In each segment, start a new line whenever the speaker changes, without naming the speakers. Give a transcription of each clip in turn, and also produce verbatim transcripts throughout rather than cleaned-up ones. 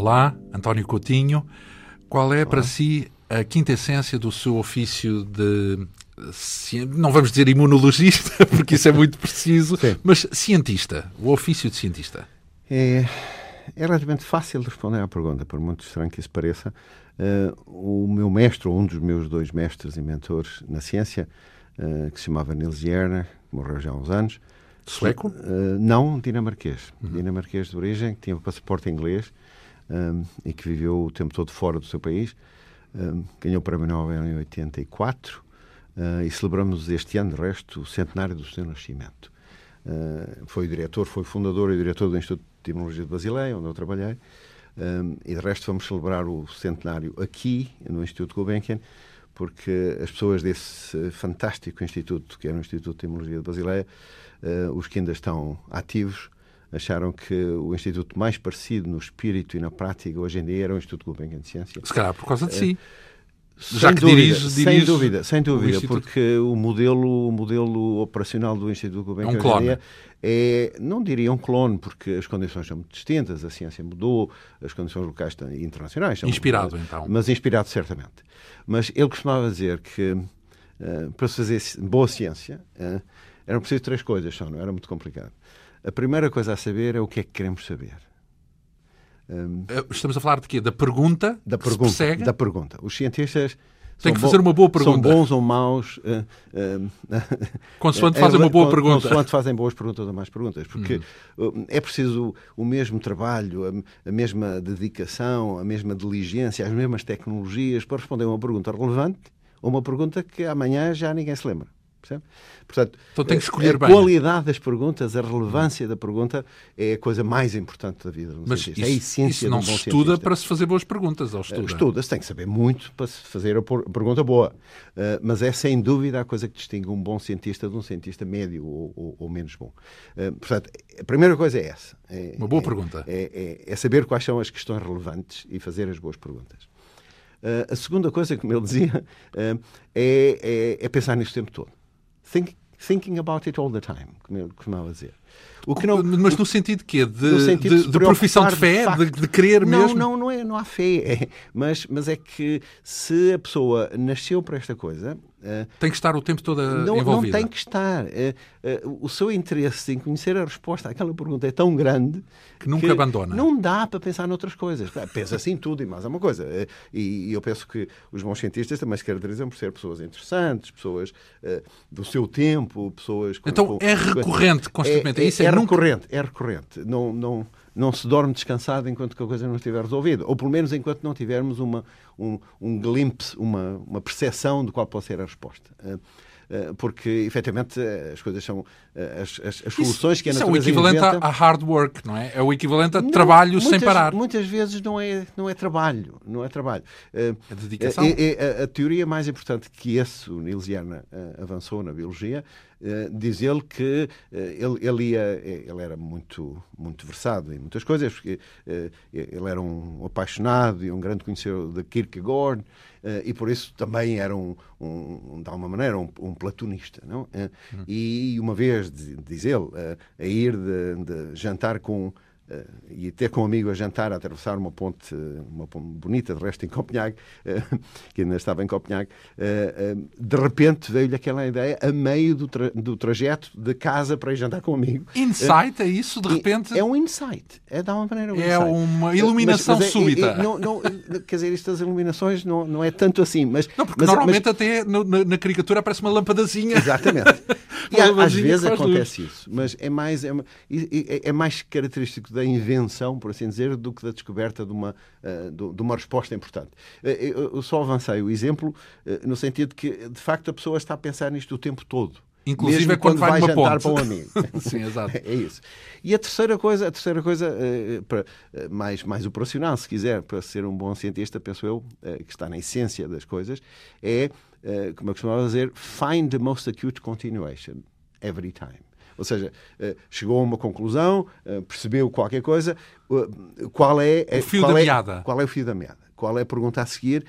Olá, António Coutinho. Qual é Olá. Para si a quintessência do seu ofício de, não vamos dizer imunologista, porque isso é muito preciso, Sim. mas cientista, o ofício de cientista?
É, é relativamente fácil de responder à pergunta, por muito estranho que isso pareça. Uh, o meu mestre, ou um dos meus dois mestres e mentores na ciência, uh, que se chamava Niels Jerne, morreu já há uns anos.
Sueco?
Uh, não, dinamarquês. Uhum. Dinamarquês de origem, que tinha passaporte inglês um, e que viveu o tempo todo fora do seu país. Um, ganhou o Prémio Nobel em oitenta e quatro uh, e celebramos este ano, de resto, o centenário do seu nascimento. Uh, foi o diretor, foi o fundador e diretor do Instituto de Imunologia de Basileia, onde eu trabalhei. Um, e de resto vamos celebrar o centenário aqui, no Instituto Gulbenkian, porque as pessoas desse fantástico instituto, que era o Instituto de Imunologia de Basileia, uh, os que ainda estão ativos, acharam que o instituto mais parecido no espírito e na prática hoje em dia era o Instituto Gulbenkian de Ciência.
Se calhar por causa de si.
Uh,
Já que
dúvida,
dirige, dirige...
Sem dúvida, sem dúvida, o porque o modelo, o modelo operacional do Instituto Gulbenkian
é um clone.
hoje em dia é, não diria um clone, porque as condições são muito distintas, a ciência mudou, as condições locais e internacionais são
inspirado,
muito,
então.
Mas inspirado, certamente. Mas ele costumava dizer que uh, para se fazer boa ciência uh, eram preciso três coisas só, não era muito complicado. A primeira coisa a saber é o que é que queremos saber.
Um, Estamos a falar de quê? Da pergunta
da
que
pergunta,
se persegue?
Da pergunta. Os cientistas
têm que fazer uma boa pergunta.
São bons ou maus. Uh, uh,
consoante fazem uma boa pergunta.
Consoante fazem boas perguntas ou más perguntas. Porque uhum. é preciso o mesmo trabalho, a, a mesma dedicação, a mesma diligência, as mesmas tecnologias para responder a uma pergunta relevante ou uma pergunta que amanhã já ninguém se lembra. Percebe? Portanto,
então tem que escolher
a
bem.
qualidade das perguntas, a relevância da pergunta é a coisa mais importante da vida.
Mas
isso,
é a essência isso não de um bom se estuda cientista. Para se fazer boas perguntas, ou estuda?
Estuda-se, tem que saber muito para se fazer a pergunta boa. Uh, mas é sem dúvida a coisa que distingue um bom cientista de um cientista médio ou, ou, ou menos bom. Uh, portanto, a primeira coisa é essa. É,
Uma boa
é,
pergunta.
É, é, é saber quais são as questões relevantes e fazer as boas perguntas. Uh, a segunda coisa, como ele dizia, uh, é, é, é pensar nisso o tempo todo. Think, thinking about it all the time, como ele costumava dizer.
O que não, Mas no sentido quê? De,
no sentido
de,
de,
de profissão de fé? De, de querer
não,
mesmo?
Não, não, é, não há fé. É, mas, mas é que se a pessoa nasceu para esta coisa... Uh,
tem que estar o tempo todo
não,
envolvida.
Não tem que estar. Uh, uh, o seu interesse em conhecer a resposta àquela pergunta é tão grande...
Que nunca
que
abandona.
Não dá para pensar noutras coisas. Pensa assim tudo e mais uma coisa. Uh, e, e eu penso que os bons cientistas também se caracterizam por ser pessoas interessantes, pessoas uh, do seu tempo, pessoas... Com,
então
com,
é recorrente, constantemente.
É, é,
Isso é,
é
nunca...
recorrente, é recorrente. Não... não Não se dorme descansado enquanto que a coisa não estiver resolvida. Ou, pelo menos, enquanto não tivermos uma, um, um glimpse, uma, uma percepção de qual pode ser a resposta. Porque, efetivamente, as coisas são... As, as, as soluções
isso,
que a
natureza
natureza
inventa... Isso é o equivalente
inventa,
a hard work, não é? É o equivalente a não, trabalho
muitas,
sem parar.
Muitas vezes não é, não é trabalho. Não é trabalho.
É dedicação.
É, é, a, a teoria mais importante que esse, o Niels Jerne, avançou na biologia, Uh, diz ele que uh, ele, ele, ia, ele era muito, muito versado em muitas coisas, porque uh, ele era um apaixonado e um grande conhecedor de Kierkegaard, uh, e por isso também era, um, um, de alguma maneira, um, um platonista. Não? Uh, hum. E uma vez, diz ele, uh, a ir de, de jantar com... Uh, e ter com um amigo a jantar, a atravessar uma ponte, uma ponte bonita, de resto em Copenhague, uh, que ainda estava em Copenhague, uh, uh, de repente veio-lhe aquela ideia a meio do, tra do trajeto de casa para ir jantar com um amigo.
Insight, uh, é isso? De repente?
É um insight. É de uma maneira um
É
insight.
uma iluminação
mas, mas é,
súbita.
É, é, não, não, quer dizer, estas iluminações não, não é tanto assim. Mas,
não, porque
mas,
normalmente
mas...
até no, na, na caricatura aparece uma lampadazinha.
Exatamente. E
uma
às vezes acontece
luz.
isso. Mas é mais, é, é, é mais característico da invenção, por assim dizer, do que da descoberta de uma, uh, de uma resposta importante. Uh, eu só avancei o exemplo uh, no sentido que, de facto, a pessoa está a pensar nisto o tempo todo.
Inclusive
mesmo
é quando,
quando
vai,
vai
numa
jantar
ponte.
para um amigo.
Sim, exato.
É isso. E a terceira coisa, a terceira coisa uh, para, uh, mais, mais operacional, se quiser, para ser um bom cientista, penso eu, uh, que está na essência das coisas, é, uh, como eu costumava dizer, find the most acute continuation every time. Ou seja, chegou a uma conclusão, percebeu qualquer coisa, qual é,
o fio
qual
da
é,
meada.
Qual é o fio da meada? Qual é a pergunta a seguir?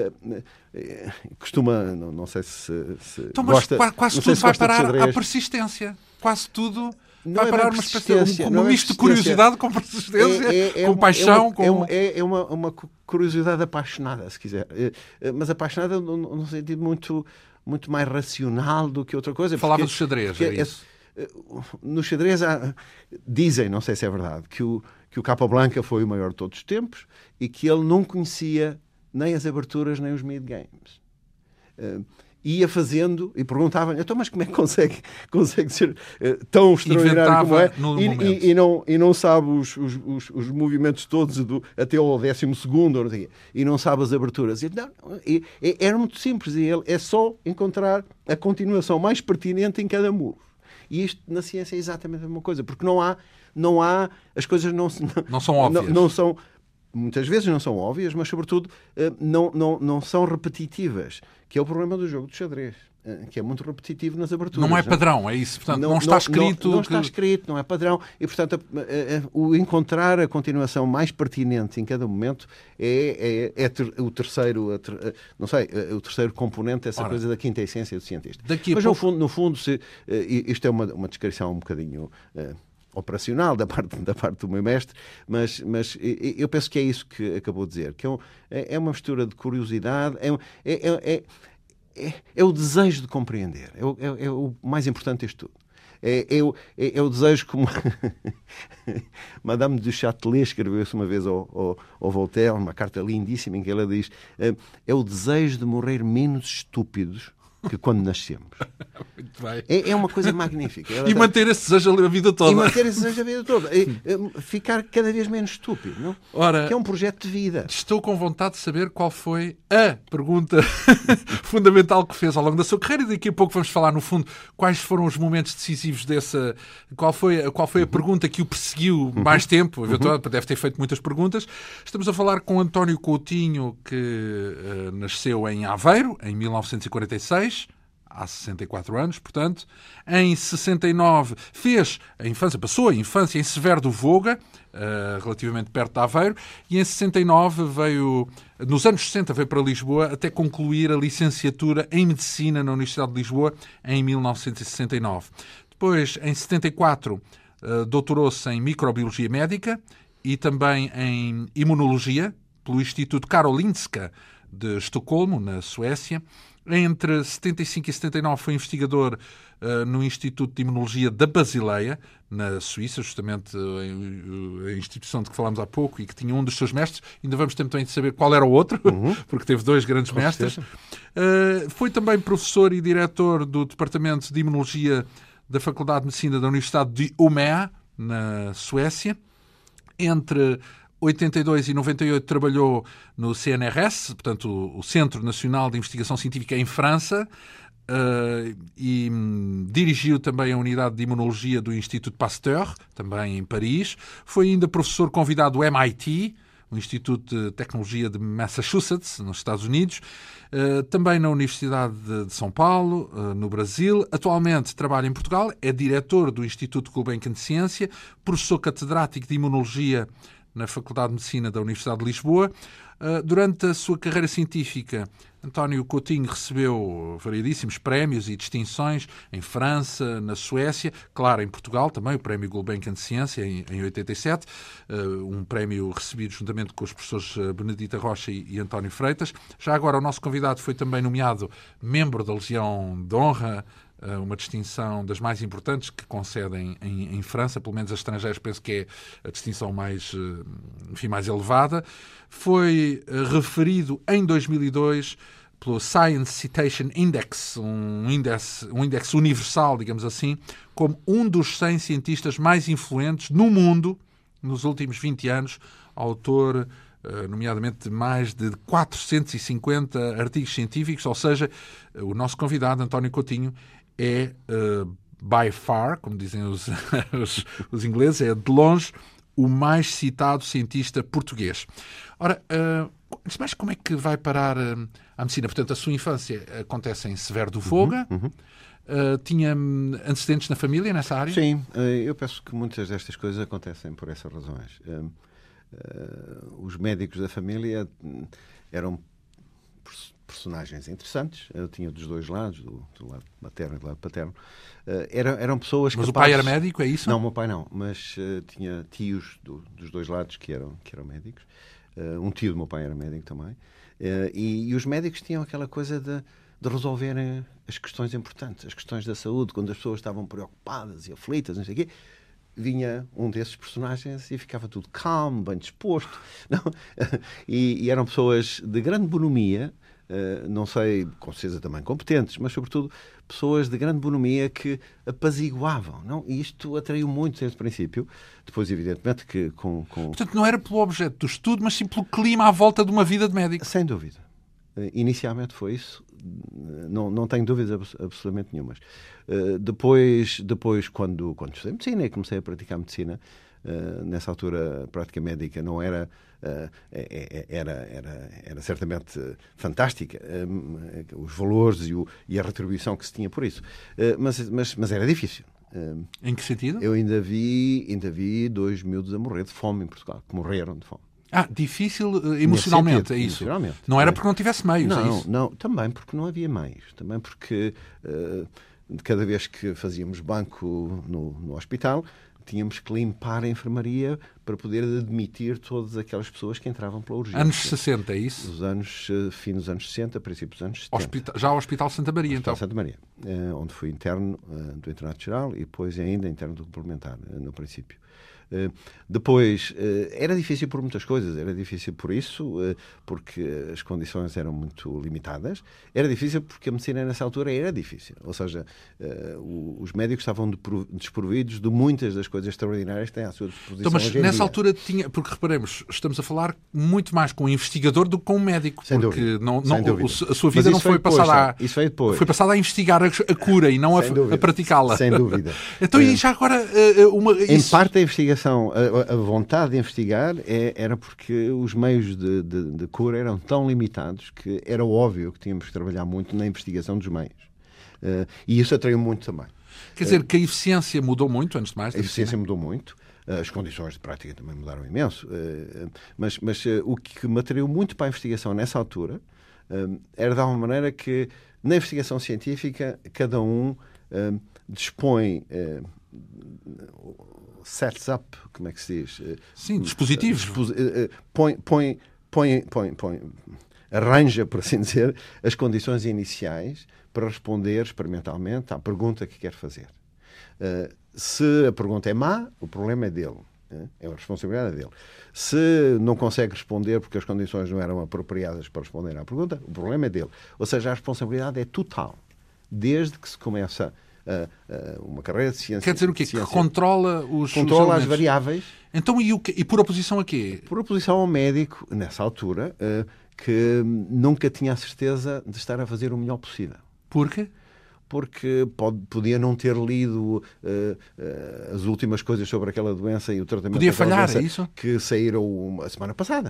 Costuma, não sei se, se
então, mas
gosta...
Quase
não
tudo
se
vai
gosta
parar à persistência. Quase tudo...
Não
vai
é
parar uma espécie um, um misto de curiosidade com persistência, é, é, é com uma, paixão.
É, uma,
com...
é, é uma, uma curiosidade apaixonada, se quiser. Mas apaixonada num sentido muito, muito mais racional do que outra coisa.
Falava
porque,
do xadrez, é isso?
É, no xadrez há, dizem, não sei se é verdade, que o, que o Capablanca foi o maior de todos os tempos e que ele não conhecia nem as aberturas nem os mid-games. Uh, ia fazendo e perguntavam-lhe, então, mas como é que consegue, consegue ser uh, tão extraordinário como é? E, e, e, não, e não sabe os, os, os, os movimentos todos do, até ao décimo segundo, não sei, e não sabe as aberturas. E, não, e, e, era muito simples. E ele, é só encontrar a continuação mais pertinente em cada move. E isto na ciência é exatamente a mesma coisa, porque não há, não há as coisas não, não,
não são óbvias.
Não, não são, muitas vezes não são óbvias, mas sobretudo não, não, não são repetitivas, que é o problema do jogo de xadrez, que é muito repetitivo nas aberturas.
Não é padrão, não é isso? Portanto, não, não está escrito...
Não, não
que...
está escrito, não é padrão. E, portanto, a, a, a, o encontrar a continuação mais pertinente em cada momento é, é, é ter, o terceiro, a ter, não sei, o terceiro componente dessa Ora, coisa da quinta essência do cientista.
Daqui a
Mas,
pouco...
no fundo, no fundo se, isto é uma, uma descrição um bocadinho... operacional da parte, da parte do meu mestre, mas, mas eu penso que é isso que acabou de dizer, que é, um, é uma mistura de curiosidade, é, é, é, é, é o desejo de compreender, é o, é, é o mais importante disto tudo. É, é, é, é o desejo como Madame du Châtelet escreveu isso uma vez ao, ao, ao Voltaire, uma carta lindíssima em que ela diz, é o desejo de morrer menos estúpidos que quando nascemos.
Muito bem.
É, é uma coisa magnífica.
E manter esse desejo a vida toda.
E manter esse desejo a vida toda. E, e, ficar cada vez menos estúpido, não?
Ora,
que é um projeto de vida.
Estou com vontade de saber qual foi a pergunta fundamental que fez ao longo da sua carreira e daqui a pouco vamos falar, no fundo, quais foram os momentos decisivos dessa... Qual foi, qual foi a pergunta que o perseguiu mais tempo? Eventualmente, uhum. Deve ter feito muitas perguntas. Estamos a falar com António Coutinho, que uh, nasceu em Aveiro, em mil novecentos e quarenta e seis, há sessenta e quatro anos, portanto. Em sessenta e nove fez a infância, passou a infância em Severo do Voga, uh, relativamente perto de Aveiro, e em sessenta e nove veio, nos anos sessenta veio para Lisboa até concluir a licenciatura em Medicina na Universidade de Lisboa em mil novecentos e sessenta e nove. Depois, em setenta e quatro, uh, doutorou-se em Microbiologia Médica e também em Imunologia pelo Instituto Karolinska de Estocolmo, na Suécia. Entre setenta e cinco e setenta e nove foi investigador uh, no Instituto de Imunologia da Basileia, na Suíça, justamente uh, a instituição de que falámos há pouco e que tinha um dos seus mestres. Ainda vamos ter também de saber qual era o outro, uhum. porque teve dois grandes Com mestres. Uh, foi também professor e diretor do Departamento de Imunologia da Faculdade de Medicina da Universidade de Umeå, na Suécia. Entre oitenta e dois e noventa e oito trabalhou no C N R S, portanto o Centro Nacional de Investigação Científica em França, uh, e um, dirigiu também a unidade de imunologia do Instituto Pasteur, também em Paris. Foi ainda professor convidado do M I T, o Instituto de Tecnologia de Massachusetts, nos Estados Unidos, uh, também na Universidade de, de São Paulo, uh, no Brasil. Atualmente trabalha em Portugal, é diretor do Instituto Gulbenkian de Ciência, professor catedrático de Imunologia na Faculdade de Medicina da Universidade de Lisboa. Durante a sua carreira científica, António Coutinho recebeu variedíssimos prémios e distinções em França, na Suécia, claro, em Portugal também, o Prémio Gulbenkian de Ciência, em, em oitenta e sete, um prémio recebido juntamente com os professores Benedita Rocha e, e António Freitas. Já agora, o nosso convidado foi também nomeado membro da Legião de Honra, uma distinção das mais importantes que concedem em, em França, pelo menos a estrangeiros, penso que é a distinção mais, enfim, mais elevada. Foi referido em dois mil e dois pelo Science Citation Index, um índice, um índice universal, digamos assim, como um dos cem cientistas mais influentes no mundo nos últimos vinte anos, autor nomeadamente de mais de quatrocentos e cinquenta artigos científicos, ou seja, o nosso convidado, António Coutinho, é, uh, by far, como dizem os, os, os ingleses, é de longe o mais citado cientista português. Ora, uh, mas como é que vai parar uh, a medicina? Portanto, a sua infância acontece em Severo do Voga. Uhum, uhum. Uh, tinha antecedentes na família nessa área?
Sim, uh, eu penso que muitas destas coisas acontecem por essas razões. Uh, uh, os médicos da família eram, por, personagens interessantes, eu tinha dos dois lados, do, do lado materno e do lado paterno. Uh, eram, eram pessoas
Mas
capazes...
o pai era médico, é isso?
Não, o meu pai não, mas uh, tinha tios do, dos dois lados que eram, que eram médicos. Uh, um tio do meu pai era médico também. Uh, e, e os médicos tinham aquela coisa de, de resolverem as questões importantes, as questões da saúde, quando as pessoas estavam preocupadas e aflitas, não sei o quê. Vinha um desses personagens e ficava tudo calmo, bem disposto. Não? E, e eram pessoas de grande bonomia, uh, não sei, com certeza também competentes, mas sobretudo pessoas de grande bonomia que apaziguavam. Não? E isto atraiu muito desde o princípio. Depois, evidentemente, que com, com...
Portanto, não era pelo objeto do estudo, mas sim pelo clima à volta de uma vida de médico.
Sem dúvida. Uh, inicialmente foi isso. Não, não tenho dúvidas abs- absolutamente nenhumas. Uh, depois, depois quando, quando estudei medicina e comecei a praticar medicina, uh, nessa altura a prática médica não era, uh, era, era, era certamente fantástica, uh, os valores e, o, e a retribuição que se tinha por isso. Uh, mas, mas, mas era difícil. Uh,
em que sentido?
Eu ainda vi, ainda vi dois miúdos a morrer de fome em Portugal, que morreram de fome.
Ah, difícil uh, emocionalmente,
sentido,
é isso?
Emocionalmente.
Não era porque não tivesse meios,
não,
é isso?
Não, também porque não havia meios. Também porque uh, cada vez que fazíamos banco no, no hospital, tínhamos que limpar a enfermaria para poder admitir todas aquelas pessoas que entravam pela urgência.
Anos sessenta, é isso?
Os anos, uh, fim dos anos sessenta, princípios dos anos setenta.
Hospital, já ao Hospital Santa Maria,
Hospital
então?
Santa Maria, uh, onde fui interno uh, do Internato Geral e depois ainda interno do Complementar, uh, no princípio. Uh, depois, uh, era difícil por muitas coisas. Era difícil por isso, uh, porque as condições eram muito limitadas. Era difícil porque a medicina nessa altura era difícil. Ou seja, uh, o, os médicos estavam desprovidos de muitas das coisas extraordinárias que têm à sua disposição.
Então, mas
hoje em
nessa
dia.
altura tinha... Porque reparemos, estamos a falar muito mais com um investigador do que com um médico.
Sem
porque
dúvida.
Não, não,
Sem dúvida.
a sua vida não foi
depois,
passada a...
Isso foi depois.
Foi passada a investigar a, a cura e não a, a praticá-la.
Sem dúvida.
Então, e já agora... Uh, uma,
em
isso...
parte, a investigação, a, a vontade de investigar é, era porque os meios de, de, de cura eram tão limitados que era óbvio que tínhamos que trabalhar muito na investigação dos meios. Uh, e isso atraiu muito também.
Quer dizer, que a eficiência mudou muito, antes de mais?
A eficiência mudou muito. As condições de prática também mudaram imenso. Uh, mas mas uh, o que me atraiu muito para a investigação nessa altura uh, era de alguma maneira que na investigação científica cada um uh, dispõe... Uh, sets up, como é que se diz?
Sim, dispositivos.
Dispos, põe, põe, põe, põe, põe, arranja, por assim dizer, as condições iniciais para responder experimentalmente à pergunta que quer fazer. Uh, se a pergunta é má, o problema é dele. É a responsabilidade dele. Se não consegue responder porque as condições não eram apropriadas para responder à pergunta, o problema é dele. Ou seja, a responsabilidade é total. Desde que se começa Uh, uh, uma carreira de ciência.
Quer dizer o quê? Que controla os
Controla
os
as variáveis.
Então, e, o quê? E por oposição a quê?
Por oposição ao médico, nessa altura, uh, que nunca tinha a certeza de estar a fazer o melhor possível.
Por quê?
Porque pode, podia não ter lido uh, uh, as últimas coisas sobre aquela doença e o tratamento
podia
daquela
falhar,
doença
é isso?
Que saíram a semana passada.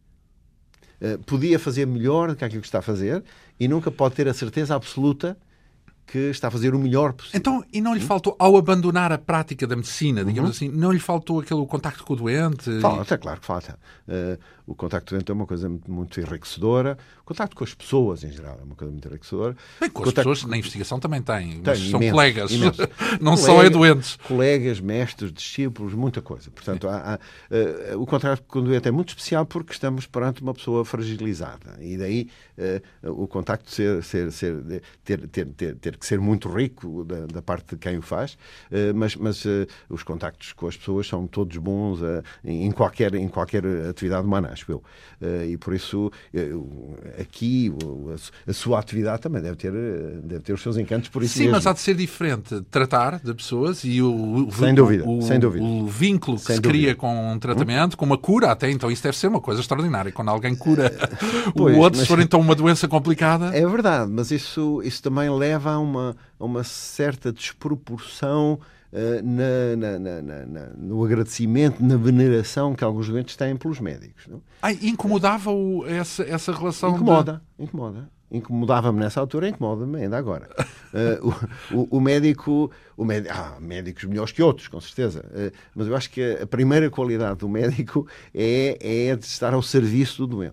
Uh, podia fazer melhor do que aquilo que está a fazer e nunca pode ter a certeza absoluta que está a fazer o melhor possível.
Então, e não lhe faltou, ao abandonar a prática da medicina, digamos
uhum.
assim, não lhe faltou aquele contacto com o doente?
Falta, e... claro que falta. Uh, o contacto com o doente é uma coisa muito, muito enriquecedora. O contacto com as pessoas, em geral, é uma coisa muito enriquecedora.
Bem, com as
contacto...
pessoas na investigação também têm, mas
tem,
são
imenso,
colegas,
imenso.
não
Colega,
só é doentes.
Colegas, mestres, discípulos, muita coisa. Portanto, há, há, uh, o contacto com o doente é muito especial porque estamos perante uma pessoa fragilizada. E daí uh, o contacto ser, ser, ser, ter, ter, ter, ter que ser muito rico Da, da parte de quem o faz, uh, mas, mas uh, os contactos com as pessoas são todos bons uh, em, qualquer, em qualquer atividade humana, acho eu. Uh, e por isso, uh, aqui, uh, a, a sua atividade também deve ter, uh, deve ter os seus encantos por isso
Sim,
mesmo.
mas há de ser diferente tratar de pessoas e o,
sem dúvida,
o,
sem dúvida.
o vínculo que
sem
se
dúvida.
cria com um tratamento, hum? com uma cura até, então isso deve ser uma coisa extraordinária. Quando alguém cura
pois,
o outro,
mas...
se for então uma doença complicada...
É verdade, mas isso, isso também leva a uma, a uma certa desproporção uh, na, na, na, na, na, no agradecimento, na veneração que alguns doentes têm pelos médicos. Não?
Ai, incomodava-o essa, essa relação?
Incomoda,
de...
incomoda. Incomodava-me nessa altura, incomoda-me ainda agora. Uh, o, o, o médico... O médico há médicos melhores que outros, com certeza. Uh, mas eu acho que a primeira qualidade do médico é, é de estar ao serviço do doente.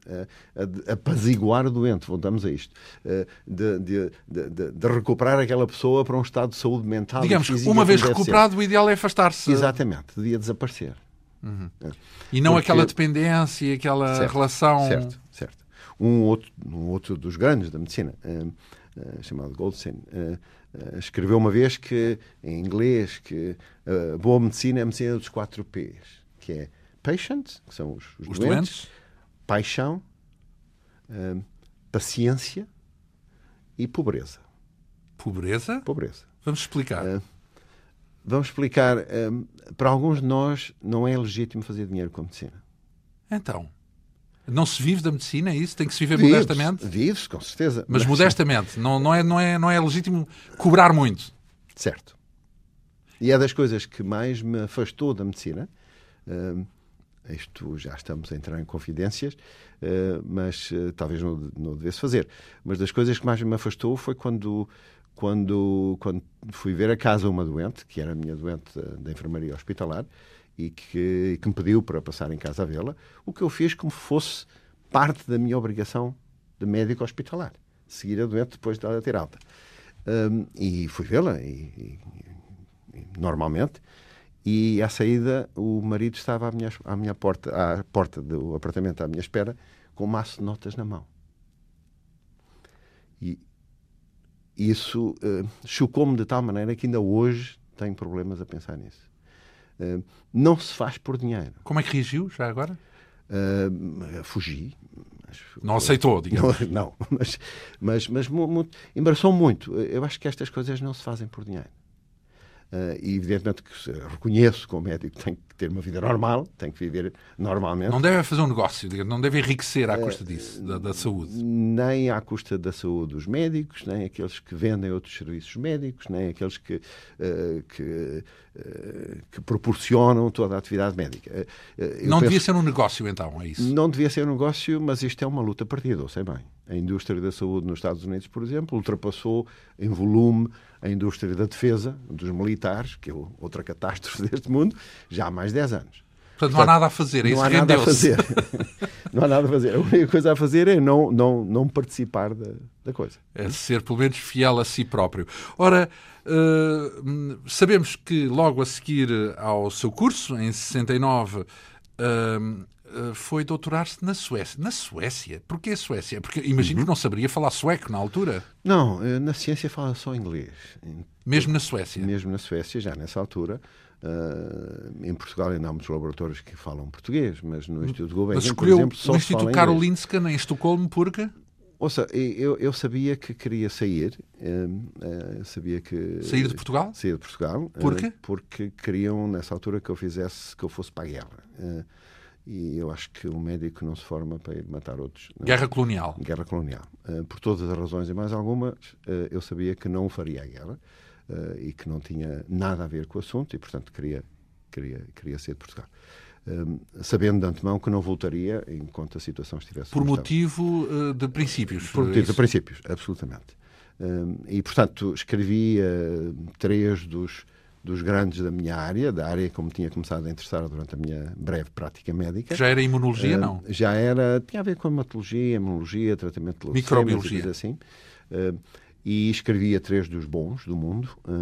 a, a apaziguar o doente, voltamos a isto, de, de, de, de recuperar aquela pessoa para um estado de saúde mental.
Digamos que uma vez recuperado, o ideal é afastar-se.
Exatamente, devia desaparecer.
Uhum. E não Porque... aquela dependência, aquela
certo,
relação...
Certo, certo. Um outro, um outro dos grandes da medicina, uh, uh, chamado Goldstein, uh, uh, escreveu uma vez que, em inglês, que uh, boa medicina é a medicina dos quatro P's, que é patient, que são os, os, os doentes, doentes, paixão, uh, paciência e pobreza.
Pobreza?
Pobreza.
Vamos explicar. Uh,
Vamos explicar. Um, para alguns de nós não é legítimo fazer dinheiro com a medicina.
Então, não se vive da medicina, é isso? Tem que se viver
vive
modestamente?
Vive-se, com certeza.
Mas, mas modestamente. Não, não, é, não, é, não é legítimo cobrar muito.
Certo. E é das coisas que mais me afastou da medicina. Um, isto já estamos a entrar em confidências, uh, mas uh, talvez não, não devesse fazer. Mas das coisas que mais me afastou foi quando... Quando, quando fui ver a casa uma doente, que era a minha doente da, da enfermaria hospitalar, e que, que me pediu para passar em casa a vê-la, o que eu fiz como fosse parte da minha obrigação de médico hospitalar. Seguir a doente depois de ela ter alta. Um, e fui vê-la, e, e, e, normalmente, e à saída o marido estava à minha, à minha porta, à porta do apartamento à minha espera, com um maço de notas na mão. E isso uh, chocou-me de tal maneira que ainda hoje tenho problemas a pensar nisso. Uh, não se faz por dinheiro.
Como é que reagiu, já agora?
Uh, fugi.
Mas, não aceitou, digamos.
Não, não mas, mas, mas muito, embaraçou muito. Eu acho que estas coisas não se fazem por dinheiro. Uh, e evidentemente que reconheço que o médico tem que ter uma vida normal, tem que viver normalmente.
Não deve fazer um negócio, não deve enriquecer à custa disso, uh, da, da saúde.
Nem à custa da saúde dos médicos, nem aqueles que vendem outros serviços médicos, nem aqueles que, uh, que, uh, que proporcionam toda a atividade médica.
Uh, não penso, devia ser um negócio, então, é isso?
Não devia ser um negócio, mas isto é uma luta perdida, eu sei bem. A indústria da saúde nos Estados Unidos, por exemplo, ultrapassou em volume a indústria da defesa, dos militares, que é outra catástrofe deste mundo, já há mais de dez anos.
Portanto, Portanto não há nada a fazer, é isso,
não há nada a fazer. Não há nada a fazer. A única coisa a fazer é não, não, não participar da, da coisa.
É ser, pelo menos, fiel a si próprio. Ora, uh, sabemos que logo a seguir ao seu curso, em sessenta e nove, uh, foi doutorar-se na Suécia. Na Suécia? Porquê a Suécia? Porque imagino uhum. que não saberia falar sueco na altura.
Não, na ciência fala só inglês.
Mesmo na Suécia?
Mesmo na Suécia, já nessa altura. Uh, em Portugal ainda há muitos laboratórios que falam português, mas no Instituto Gulbenkian, por exemplo, só
o Instituto Karolinska,
inglês.
Em Estocolmo, porque...
Ouça, eu, eu sabia que queria sair. Uh, uh, sabia que...
Sair de Portugal?
Sair de Portugal.
Porquê?
Uh, porque queriam, nessa altura, que eu fizesse, que eu fosse para a guerra. Uh, E eu acho que um médico não se forma para ir matar outros. Não.
Guerra colonial.
Guerra colonial. Uh, por todas as razões e mais algumas, uh, eu sabia que não faria a guerra uh, e que não tinha nada a ver com o assunto e, portanto, queria, queria, queria ser de Portugal. Um, sabendo de antemão que não voltaria enquanto a situação estivesse...
Por motivo uh, de princípios.
Por motivo de princípios, absolutamente. Um, e, portanto, escrevi uh, três dos... dos grandes da minha área, da área como tinha começado a interessar durante a minha breve prática médica.
Já era imunologia, uh, não?
Já era, tinha a ver com hematologia, imunologia, tratamento de
microbiologia,
assim. Uh, e escrevia três dos bons do mundo, uh,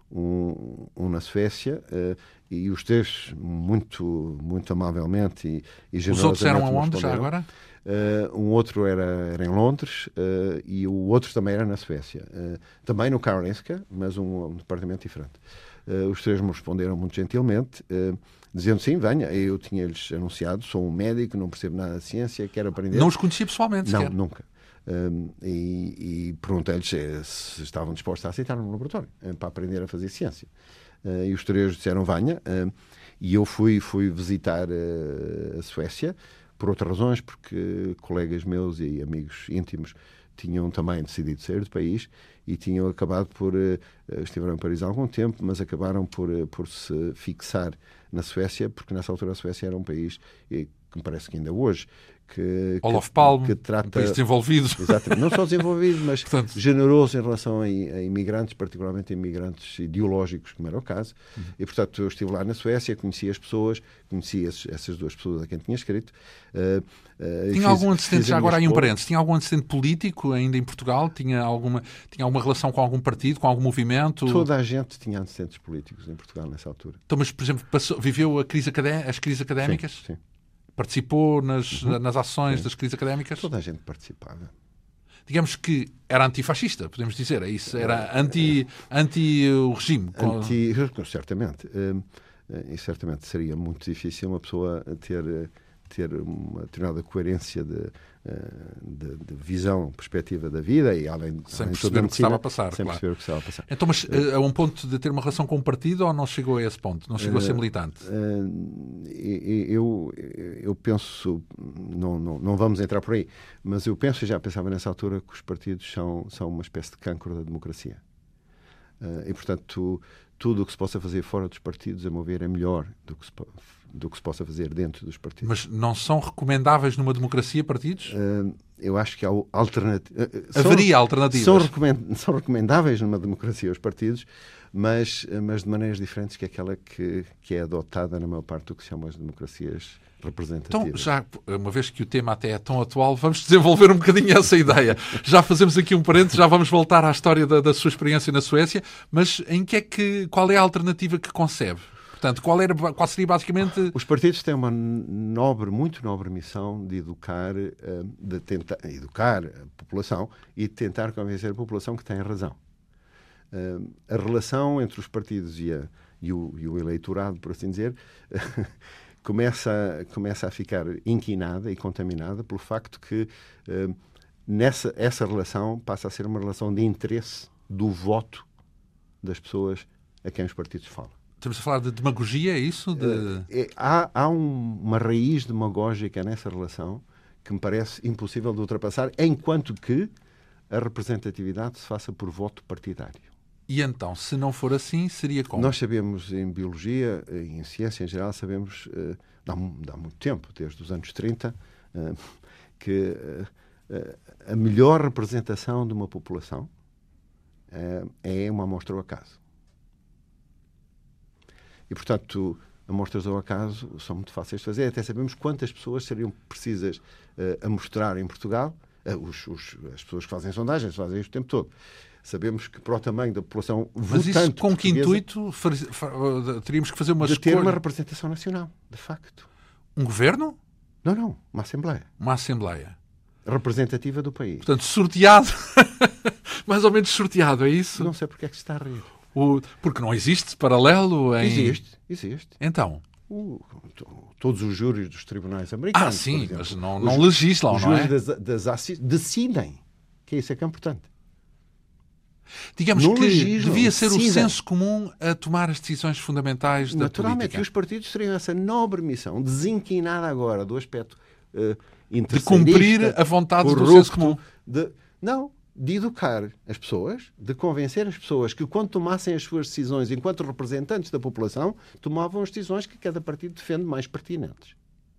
um, um na Suécia, uh, e os três muito, muito amavelmente e, e generosamente...
Os outros eram aonde, já agora?
Uh, um outro era, era em Londres uh, e o outro também era na Suécia. Uh, também no Karolinska, mas um, um departamento diferente. Uh, os três me responderam muito gentilmente, uh, dizendo sim, venha. Eu tinha-lhes anunciado, sou um médico, não percebo nada de ciência, quero aprender.
Não os conhecia pessoalmente,
Não,
sequer.
nunca. Um, e, e perguntei-lhes se estavam dispostos a aceitar no laboratório uh, para aprender a fazer ciência. Uh, e os três disseram venha. Uh, e eu fui, fui visitar uh, a Suécia, por outras razões, porque colegas meus e amigos íntimos tinham também decidido sair do país e tinham acabado por... Uh, estiveram em Paris há algum tempo, mas acabaram por, uh, por se fixar na Suécia, porque nessa altura a Suécia era um país, e, que me parece que ainda hoje, que,
Olof Palme,
que trata...
um país desenvolvido.
Exatamente, não só desenvolvido, mas
Portanto,
generoso em relação a, a imigrantes, particularmente a imigrantes ideológicos, como era o caso.
Uhum.
E, portanto, eu estive lá na Suécia, conheci as pessoas, conheci esses, essas duas pessoas a quem tinha escrito. Uh, uh,
tinha
fiz,
algum antecedente, já agora aí um
escola.
parênteses, tinha algum antecedente político ainda em Portugal? Tinha alguma, tinha alguma relação com algum partido, com algum movimento?
Toda a gente tinha antecedentes políticos em Portugal nessa altura.
Então, mas, por exemplo, passou, viveu a crise acadé- as crises académicas?
Sim, sim.
Participou nas,
Uhum.
nas ações
Sim.
das crises académicas?
Toda a gente participava.
Digamos que era antifascista, podemos dizer, é isso? Era anti, anti o regime?
Anti, certamente. Uh, e certamente seria muito difícil uma pessoa ter, ter uma determinada coerência de, de, de visão, perspectiva da vida e além,
sem
além
perceber
de
o que estava a passar.
Sem
claro.
perceber o que estava a passar.
Então, mas uh, a um ponto de ter uma relação com o partido ou não chegou a esse ponto? Não chegou uh, a ser militante?
Uh, eu, eu penso, não, não, não vamos entrar por aí, mas eu penso, e já pensava nessa altura, que os partidos são, são uma espécie de cancro da democracia. Uh, e, portanto, tudo o que se possa fazer fora dos partidos, a meu ver, é melhor do que se, do que se possa fazer dentro dos partidos.
Mas não são recomendáveis numa democracia partidos?
Uh, eu acho que há alternativas. Uh,
Haveria
são,
alternativas?
São, recomend, são recomendáveis numa democracia os partidos, mas, mas de maneiras diferentes que aquela que, que é adotada na maior parte do que se chama as democracias representativas.
Então, já, uma vez que o tema até é tão atual, vamos desenvolver um bocadinho essa ideia. Já fazemos aqui um parênteses, já vamos voltar à história da, da sua experiência na Suécia, mas em que é que, qual é a alternativa que concebe? Portanto, qual, era, qual seria basicamente...
Os partidos têm uma nobre, muito nobre missão de educar, de tentar educar a população e de tentar convencer a população que tem razão. A relação entre os partidos e, a, e, o, e o eleitorado, por assim dizer, começa, começa a ficar inquinada e contaminada pelo facto que nessa, essa relação passa a ser uma relação de interesse do voto das pessoas a quem os partidos falam.
Estamos a falar de demagogia, é isso? De...
É, há há um, uma raiz demagógica nessa relação que me parece impossível de ultrapassar, enquanto que a representatividade se faça por voto partidário.
E então, se não for assim, seria como?
Nós sabemos em biologia e em ciência em geral, sabemos, uh, dá, dá muito tempo, desde os anos trinta, uh, que uh, a melhor representação de uma população uh, é uma amostra ao acaso. E, portanto, amostras ao acaso são muito fáceis de fazer. Até sabemos quantas pessoas seriam precisas uh, a mostrar em Portugal. Uh, os, os, as pessoas que fazem sondagens fazem isto o tempo todo. Sabemos que para o tamanho da população votante...
Mas isso com que intuito far, far, teríamos que fazer uma
de
escolha?
ter uma representação nacional, de facto.
Um governo?
Não, não. Uma Assembleia.
Uma Assembleia.
Representativa do país.
Portanto, sorteado. Mais ou menos sorteado, é isso?
Não sei porque é que se está a rir.
O... Porque não existe paralelo em...
Existe, existe.
Então?
O, todos os júris dos tribunais americanos,
Ah, sim,
por
mas não, não legislam,
os
não é?
Os júris das, das assis decidem. Que isso é que é importante.
Digamos
não
que
legislam,
devia ser
decidem.
O senso comum a tomar as decisões fundamentais da
Naturalmente,
política.
e os partidos teriam essa nobre missão, desinquinada agora do aspecto uh,
de cumprir a vontade
corrupto,
do senso comum.
De, não, de educar as pessoas, de convencer as pessoas que quando tomassem as suas decisões enquanto representantes da população, tomavam as decisões que cada partido defende mais pertinentes.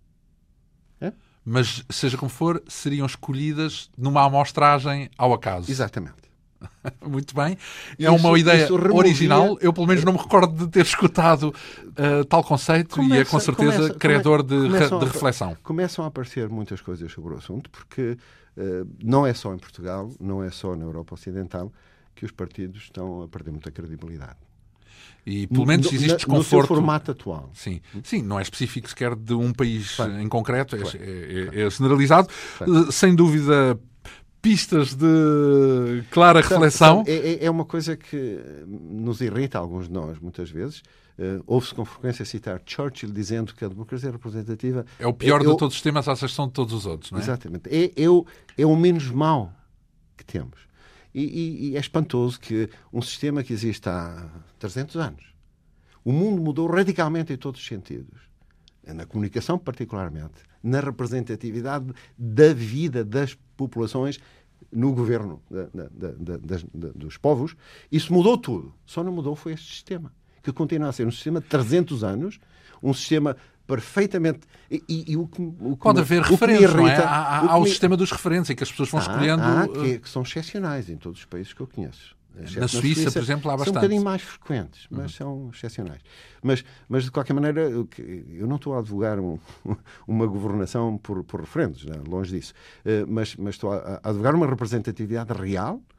É?
Mas, seja como for, seriam escolhidas numa amostragem ao acaso.
Exatamente.
Muito bem. É
Isso,
uma ideia
removia...
original. Eu, pelo menos, não me recordo de ter escutado uh, tal conceito
começa,
e é, com certeza,
começa,
credor de,
começam
de
a,
reflexão.
Começam a aparecer muitas coisas sobre o assunto, porque uh, não é só em Portugal, não é só na Europa Ocidental que os partidos estão a perder muita credibilidade.
E, pelo menos,
no,
existe
na,
desconforto.
No seu formato atual.
Sim, Sim, não é específico sequer de um país
claro.
em concreto, é,
Claro.
é, é generalizado.
Claro.
Sem dúvida, pistas de clara
Sabe,
reflexão.
sabe, é, é uma coisa que nos irrita a alguns de nós, muitas vezes. Uh, ouve-se com frequência citar Churchill dizendo que a democracia representativa...
É o pior
é,
de
é,
todos os temas à exceção de todos os outros, não é?
Exatamente. É, é, o, é o menos mau que temos. E, e, e é espantoso que um sistema que existe há trezentos anos, o mundo mudou radicalmente em todos os sentidos. Na comunicação, particularmente. Na representatividade da vida das populações no governo da, da, da, das, da, dos povos. Isso mudou tudo. Só não mudou foi este sistema, que continua a ser um sistema de trezentos anos, um sistema perfeitamente... E, e, e o que, o que
Pode
me,
haver
o que me
referentes, não é?
irrita,
Há, há,
o que
há o
me-
sistema dos referentes, em que as pessoas vão
Há-
escolhendo...
há
uh,
que, que são excepcionais em todos os países que eu conheço. Exceto
Na Suíça, por exemplo, há
são
bastante.
um bocadinho mais frequentes, mas uhum. são excepcionais. Mas, mas, de qualquer maneira, eu, eu não estou a advogar um, uma governação por, por referendos, não, longe disso. Uh, mas, mas estou a, a advogar uma representatividade real uh,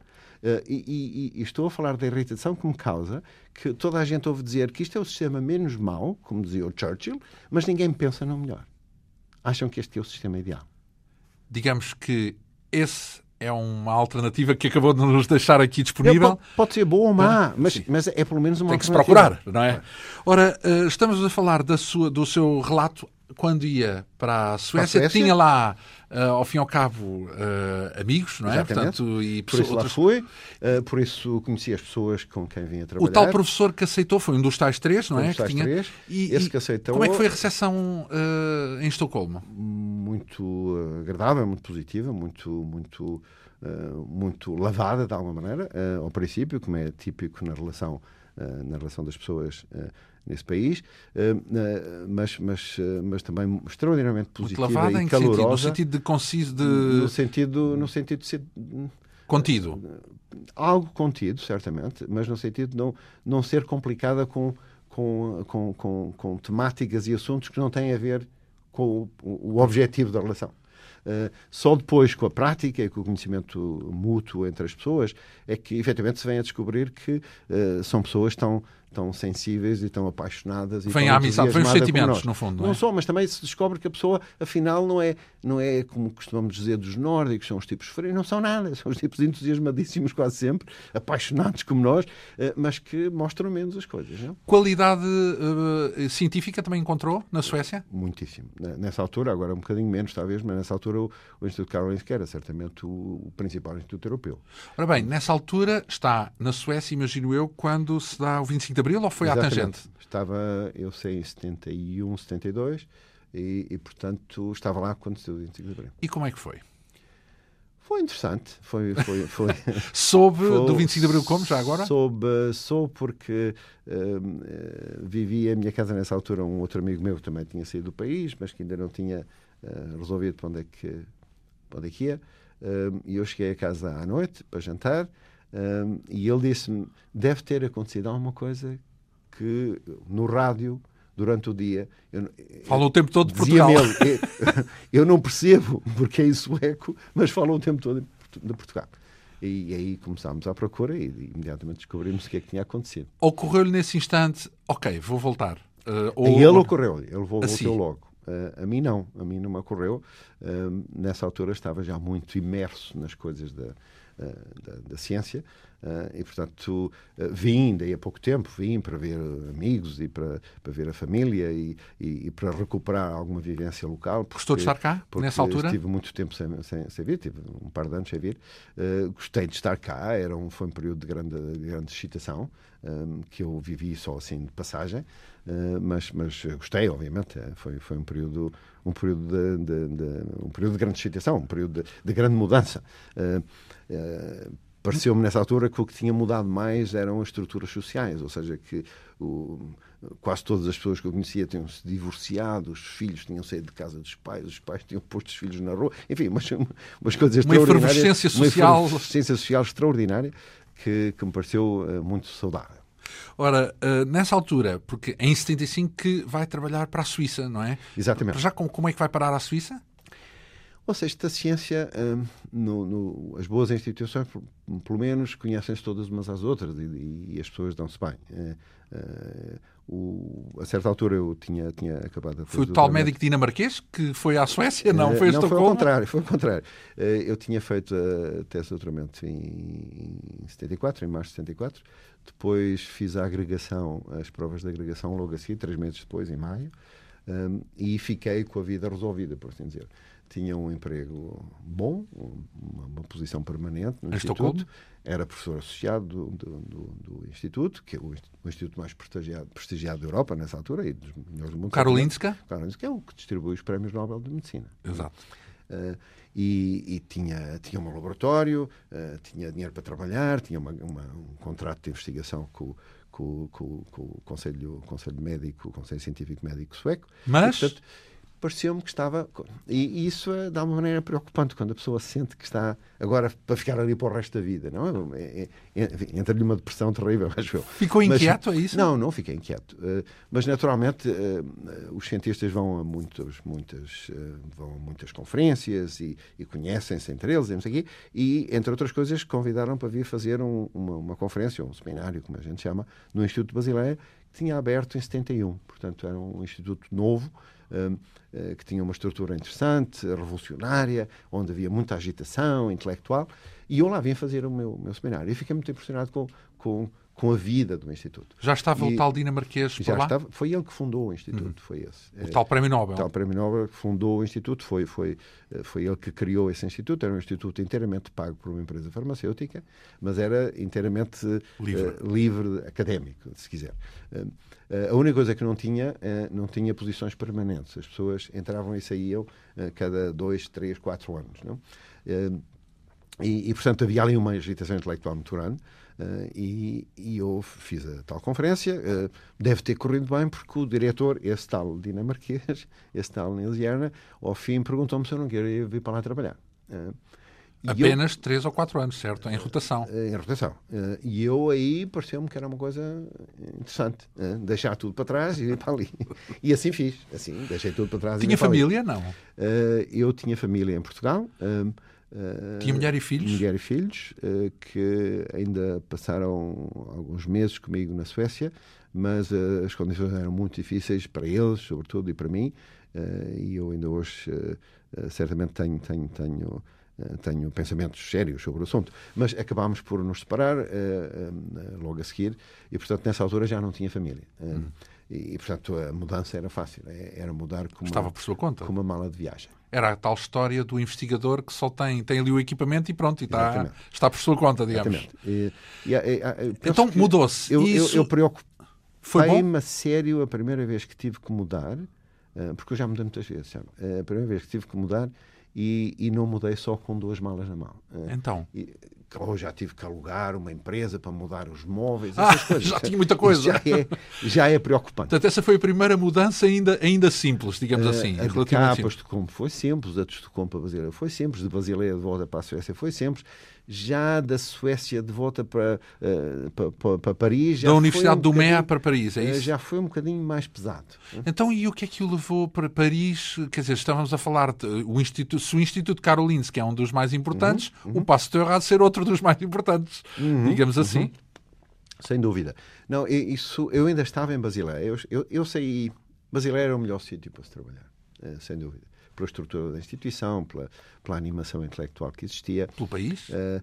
e, e, e estou a falar da irritação que me causa que toda a gente ouve dizer que isto é o sistema menos mau, como dizia o Churchill, mas ninguém pensa no melhor. Acham que este é o sistema ideal.
Digamos que esse... é uma alternativa que acabou de nos deixar aqui disponível.
Pode, pode ser boa ou má, mas, mas é pelo menos uma
Tem que se
alternativa.
procurar, não é? Ora, estamos a falar da sua, do seu relato quando ia para a Suécia.
Para a Suécia.
Tinha lá, ao fim e ao cabo, amigos, não é?
Exatamente.
Portanto, e
por isso
outros...
lá fui, por isso conheci as pessoas com quem vinha trabalhar.
O tal professor que aceitou foi um dos tais três, não
um
é?
Dos tais
que tinha...
três.
E,
Esse
e
que aceitou...
como é que foi a recepção uh, em Estocolmo?
Muito agradável, muito positiva, muito... muito Uh, muito lavada, de alguma maneira, uh, ao princípio, como é típico na relação, uh, na relação das pessoas uh, nesse país, uh, uh, mas, mas, uh, mas também extraordinariamente positiva
muito lavada,
e
em que
calorosa.
Sentido? No sentido de conciso, de...
No sentido, no sentido de ser...
Contido.
Uh, algo contido, certamente, mas no sentido de não, não ser complicada com, com, com, com, com temáticas e assuntos que não têm a ver com o, o objetivo da relação. Uh, só depois, com a prática e com o conhecimento mútuo entre as pessoas, é que efetivamente se vem a descobrir que uh, são pessoas tão, tão sensíveis e tão apaixonadas. E
vem
tão
a amizade, vem os sentimentos,
nós.
no fundo. Não,
não
é?
só, mas também se descobre que a pessoa, afinal, não é, não é como costumamos dizer dos nórdicos, são os tipos frios, não são nada, são os tipos entusiasmadíssimos quase sempre, apaixonados como nós, uh, mas que mostram menos as coisas. Não?
Qualidade uh, científica também encontrou na Suécia?
Muitíssimo. Nessa altura, agora um bocadinho menos talvez, mas nessa altura o, o Instituto Karolinska era certamente o, o principal instituto europeu.
Ora bem, nessa altura está na Suécia, imagino eu, quando se dá o vinte e cinco de Abril, ou foi
Exatamente.
à tangente?
Estava, eu sei, em setenta e um, setenta e dois e, e, portanto, estava lá quando se deu o vinte e cinco de Abril.
E como é que foi?
Foi interessante. Foi, foi, foi...
Soube
foi,
do vinte e cinco de Abril como, já agora?
Soube, soube porque uh, vivia em minha casa nessa altura um outro amigo meu que também tinha saído do país, mas que ainda não tinha uh, resolvido para onde é que, para onde é que ia. Uh, e eu cheguei a casa à noite para jantar uh, e ele disse-me, deve ter acontecido alguma coisa que no rádio, durante o dia... Eu,
falam o tempo todo de Portugal.
Ele, eu, eu não percebo porque é em sueco, mas falam o tempo todo de Portugal. E, e aí começámos à procura e, e imediatamente descobrimos o que é que tinha acontecido.
Ocorreu-lhe nesse instante, ok, vou voltar. Uh,
ou... Ele ocorreu-lhe, ele voltou
assim.
logo. Uh, a mim não, a mim não me ocorreu. Uh, nessa altura estava já muito imerso nas coisas da, uh, da, da ciência. Uh, e, portanto, uh, vim, daí a pouco tempo, vim para ver amigos e para, para ver a família e, e, e para recuperar alguma vivência local. Porque,
Gostou de estar cá, nessa altura?
Estive muito tempo sem, sem, sem vir, tive um par de anos sem vir. Uh, gostei de estar cá, era um, foi um período de grande, de grande excitação, um, que eu vivi só assim de passagem, uh, mas, mas gostei, obviamente. Foi, foi um período, um período de, de, de, um período de grande excitação, um período de, de grande mudança. Uh, uh, Pareceu-me nessa altura que o que tinha mudado mais eram as estruturas sociais, ou seja, que o, quase todas as pessoas que eu conhecia tinham-se divorciado, os filhos tinham saído de casa dos pais, os pais tinham posto os filhos na rua, enfim, umas, umas coisas
uma
extraordinárias.
Efervescência social.
Uma efervescência social extraordinária que, que me pareceu uh, muito saudável.
Ora, uh, nessa altura, porque em setenta e cinco que vai trabalhar para a Suíça, não é?
Exatamente.
Já como, como é que vai parar à Suíça?
Ou seja, esta ciência, hum, no, no, as boas instituições, pelo menos, conhecem-se todas umas às outras e, e as pessoas dão-se bem. É, é, o, a certa altura eu tinha, tinha acabado...
Foi o tal médico dinamarquês que foi à Suécia? Não, foi a
Não,
Estocolmo?
foi ao contrário, foi ao contrário. Eu tinha feito a tese de doutoramento em, em setenta e quatro, em março de setenta e quatro. Depois fiz a agregação, as provas de agregação logo assim, três meses depois, em maio. Um, e fiquei com a vida resolvida, por assim dizer. Tinha um emprego bom, uma, uma posição permanente no
em
Instituto.
Estocolmo?
Era professor associado do, do, do, do Instituto, que é o, o Instituto mais prestigiado, prestigiado da Europa nessa altura e dos melhores do mundo.
Karolinska?
Karolinska é o que distribui os prémios Nobel de Medicina.
Exato.
Uh, e e tinha, tinha um laboratório, uh, tinha dinheiro para trabalhar, tinha uma, uma, um contrato de investigação com, com, com, com o Conselho, Conselho Médico, o Conselho Científico Médico Sueco.
Mas...
E, portanto, pareceu-me que estava... E, e isso é, de alguma maneira, preocupante, quando a pessoa sente que está agora para ficar ali para o resto da vida, não é? Entra-lhe uma depressão terrível, acho eu.
Ficou inquieto,
mas,
é isso?
Não, não fiquei inquieto. Uh, mas, naturalmente, uh, os cientistas vão a muitos, muitas, uh, vão a muitas conferências e, e conhecem-se entre eles, e, não sei o quê, e, entre outras coisas, convidaram para vir fazer um, uma, uma conferência, um seminário, como a gente chama, no Instituto de Basileia, que tinha aberto em setenta e um. Portanto, era um instituto novo, um, uh, que tinha uma estrutura interessante, revolucionária, onde havia muita agitação intelectual, e eu lá vim fazer o meu, meu seminário. E fiquei muito impressionado com, com, com a vida do Instituto.
Já estava
e,
o tal dinamarquês por
já
lá?
Estava, foi ele que fundou o Instituto, uhum. foi esse.
O é, tal Prémio Nobel.
O tal Prémio Nobel que fundou o Instituto, foi, foi, foi ele que criou esse Instituto. Era um instituto inteiramente pago por uma empresa farmacêutica, mas era inteiramente livre, uh, livre académico, se quiser. Uh, uh, a única coisa que não tinha, uh, não tinha posições permanentes. As pessoas entravam e saíam uh, cada dois, três, quatro anos. Não? Uh, E, e, portanto, havia ali uma agitação intelectual muito grande uh, e, e eu fiz a tal conferência. Uh, deve ter corrido bem, porque o diretor, esse tal dinamarquês, esse tal Niels Jerne, ao fim perguntou-me se eu não queria vir para lá trabalhar. Uh,
Apenas eu, três ou quatro anos, certo? Em rotação.
Uh, em rotação. Uh, e eu aí pareceu-me que era uma coisa interessante. Uh, deixar tudo para trás e ir para ali. E assim fiz. Assim, deixei tudo para trás.
Tinha
e
família? Não.
Uh, eu tinha família em Portugal. Uh,
Uh, Tinha mulher e filhos?
Mulher e filhos, uh, que ainda passaram alguns meses comigo na Suécia, mas uh, as condições eram muito difíceis para eles, sobretudo, e para mim, uh, e eu ainda hoje uh, uh, certamente tenho, tenho, tenho, uh, tenho pensamentos sérios sobre o assunto. Mas acabámos por nos separar uh, uh, logo a seguir, e, portanto, nessa altura já não tinha família. Uh, hum. E, portanto, a mudança era fácil. Era mudar com uma,
Estava por sua conta.
Com uma mala de viagem.
Era a tal história do investigador que só tem, tem ali o equipamento e pronto, e está, está por sua conta, digamos.
E, e, e,
então mudou-se.
Eu,
Isso...
eu, eu preocupei-me a sério a primeira vez que tive que mudar, porque eu já mudei muitas vezes, sabe? A primeira vez que tive que mudar e, e não mudei só com duas malas na mão.
Então?
E, ou já tive que alugar uma empresa para mudar os móveis, essas
ah,
coisas.
Já tinha muita coisa.
Já é, já é preocupante.
Portanto, essa foi a primeira mudança ainda, ainda simples, digamos uh, assim.
A de cá para Estocolmo foi simples, a de Estocolmo para Basileia foi simples, de Basileia de volta para a Suécia foi simples, já da Suécia de volta para, uh, para, para, para Paris... Já
da Universidade
um
do Mea para Paris, é isso?
Já foi um bocadinho mais pesado.
Então, e o que é que o levou para Paris? Quer dizer, estávamos a falar, de, o Instituto, se o Instituto Karolinsk, que é um dos mais importantes, uhum, uhum. o Pasteur há de ser outro dos mais importantes, uhum, digamos assim. Uhum.
Sem dúvida. Não, isso, eu ainda estava em Basileia. Eu, eu, eu saí... Basileia era o melhor sítio para se trabalhar, sem dúvida. Pela estrutura da instituição, pela, pela animação intelectual que existia.
Pelo país?
Uh,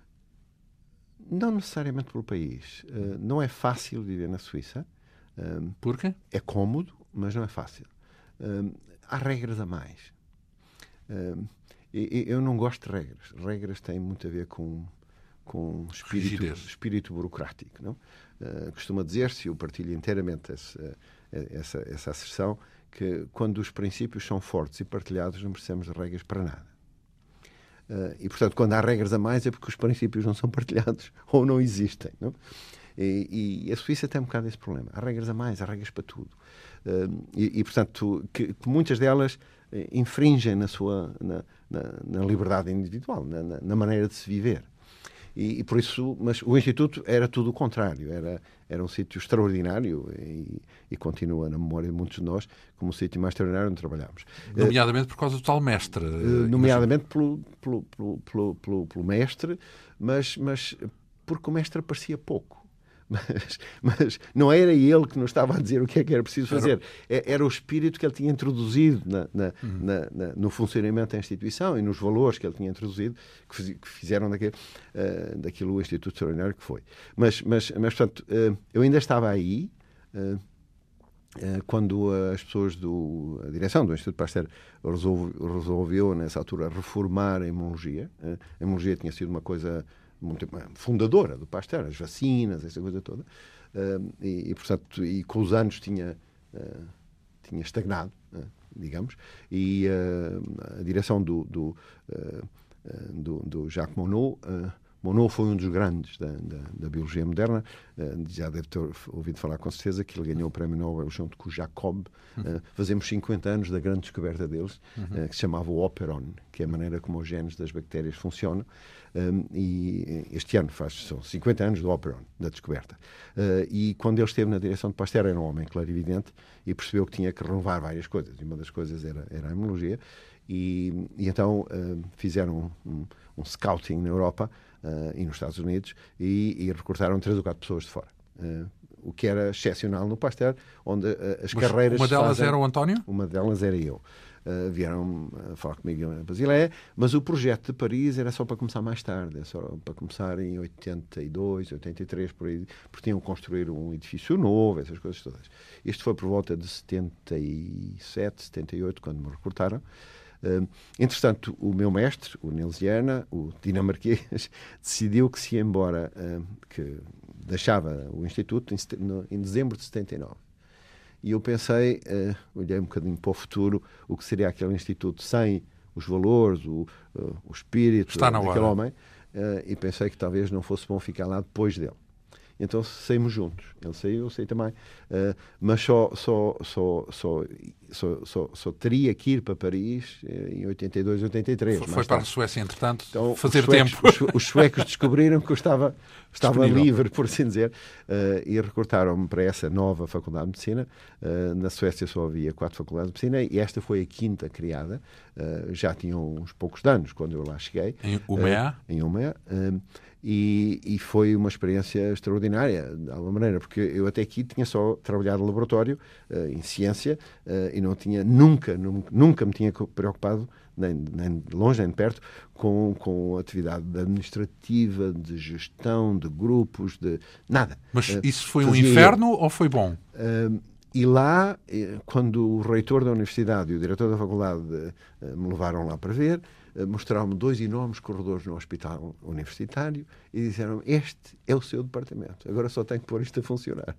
não necessariamente pelo país. Uh, não é fácil viver na Suíça. Uh,
Por quê?
É cómodo, mas não é fácil. Uh, há regras a mais. Uh, e, eu não gosto de regras. Regras têm muito a ver com, com espírito, espírito burocrático. Não? Uh, costuma dizer-se, eu partilho inteiramente essa, essa, essa asserção, que quando os princípios são fortes e partilhados não precisamos de regras para nada. Uh, e, portanto, quando há regras a mais é porque os princípios não são partilhados ou não existem. Não? E, e a Suíça tem um bocado esse problema. Há regras a mais, há regras para tudo. Uh, e, e, portanto, que, que muitas delas uh, infringem na, sua, na, na, na liberdade individual, na, na, na maneira de se viver. E, e por isso, mas o Instituto era tudo o contrário, era, era um sítio extraordinário e, e continua na memória de muitos de nós como o sítio mais extraordinário onde trabalhámos.
Nomeadamente por causa do tal mestre.
Uh, nomeadamente pelo, pelo, pelo, pelo, pelo, pelo mestre, mas, mas porque o mestre aparecia pouco. Mas, mas não era ele que nos estava a dizer o que é que era preciso fazer. Era, era o espírito que ele tinha introduzido na, na, uhum. na, na, no funcionamento da instituição e nos valores que ele tinha introduzido que, fiz, que fizeram daquele, uh, daquilo o Instituto Extraordinário que foi. Mas, mas, mas portanto, uh, eu ainda estava aí uh, uh, quando as pessoas do... a direção do Instituto Pasteur resolveu, resolveu nessa altura, reformar a imunologia. Uh, a imunologia tinha sido uma coisa... muito fundadora do Pasteur, as vacinas, essa coisa toda, uh, e, e, portanto, e com os anos tinha, uh, tinha estagnado, uh, digamos, e uh, a direção do, do, uh, do, do Jacques Monod uh, Monod foi um dos grandes da, da, da biologia moderna. Uh, já deve ter ouvido falar com certeza que ele ganhou o Prémio Nobel junto com o Jacob. Uh, fazemos cinquenta anos da grande descoberta deles, uh, que se chamava o Operon, que é a maneira como os genes das bactérias funcionam. Um, e este ano faz, são cinquenta anos do Operon, da descoberta. Uh, e quando ele esteve na direção de Pasteur, era um homem clarividente e percebeu que tinha que renovar várias coisas. E uma das coisas era, era a imunologia. E, e então uh, fizeram um, um scouting na Europa uh, e nos Estados Unidos e, e recrutaram três ou quatro pessoas de fora. Uh, o que era excepcional no Pasteur, onde uh, as
Mas
carreiras...
Uma delas
fazem,
era o António?
Uma delas era eu. Uh, vieram uh, falar comigo em Basileia, mas o projeto de Paris era só para começar mais tarde, é só para começar em oitenta e dois, oitenta e três, por aí, porque tinham que construir um edifício novo, essas coisas todas. Isto foi por volta de setenta e sete, setenta e oito, quando me recrutaram. Uh, entretanto, o meu mestre, o Nilesiana, o dinamarquês, decidiu que se ia embora, uh, que deixava o Instituto em, no, em dezembro de setenta e nove. E eu pensei, uh, olhei um bocadinho para o futuro, o que seria aquele Instituto sem os valores, o, uh, o espírito
Está na
daquele
hora.
homem, uh, e pensei que talvez não fosse bom ficar lá depois dele. Então saímos juntos. Ele saiu, eu saí também. Uh, mas só, só, só, só, só, só, só teria que ir para Paris em oitenta e dois, oitenta e três.
Foi, foi para a Suécia, entretanto,
então,
fazer
os suecos,
tempo.
Os, os suecos descobriram que eu estava, estava
Disponível.
livre, por assim dizer, uh, e recrutaram-me para essa nova Faculdade de Medicina. Uh, na Suécia só havia quatro faculdades de medicina e esta foi a quinta criada. Uh, já tinham uns poucos anos quando eu lá cheguei.
Em Umeå?
Uh, em Umeå. Uh, E, e foi uma experiência extraordinária, de alguma maneira, porque eu até aqui tinha só trabalhado no laboratório, uh, em ciência, uh, e não tinha, nunca, nunca, nunca me tinha preocupado, nem, nem de longe nem de perto, com, com atividade administrativa, de gestão, de grupos, de nada.
Mas
Uh,
isso foi um
fazia
inferno ou foi bom?
Uh, e lá, eh, quando o reitor da universidade e o diretor da faculdade uh, me levaram lá para ver, uh, mostraram-me dois enormes corredores no hospital universitário e disseram: este é o seu departamento, agora só tem que pôr isto a funcionar.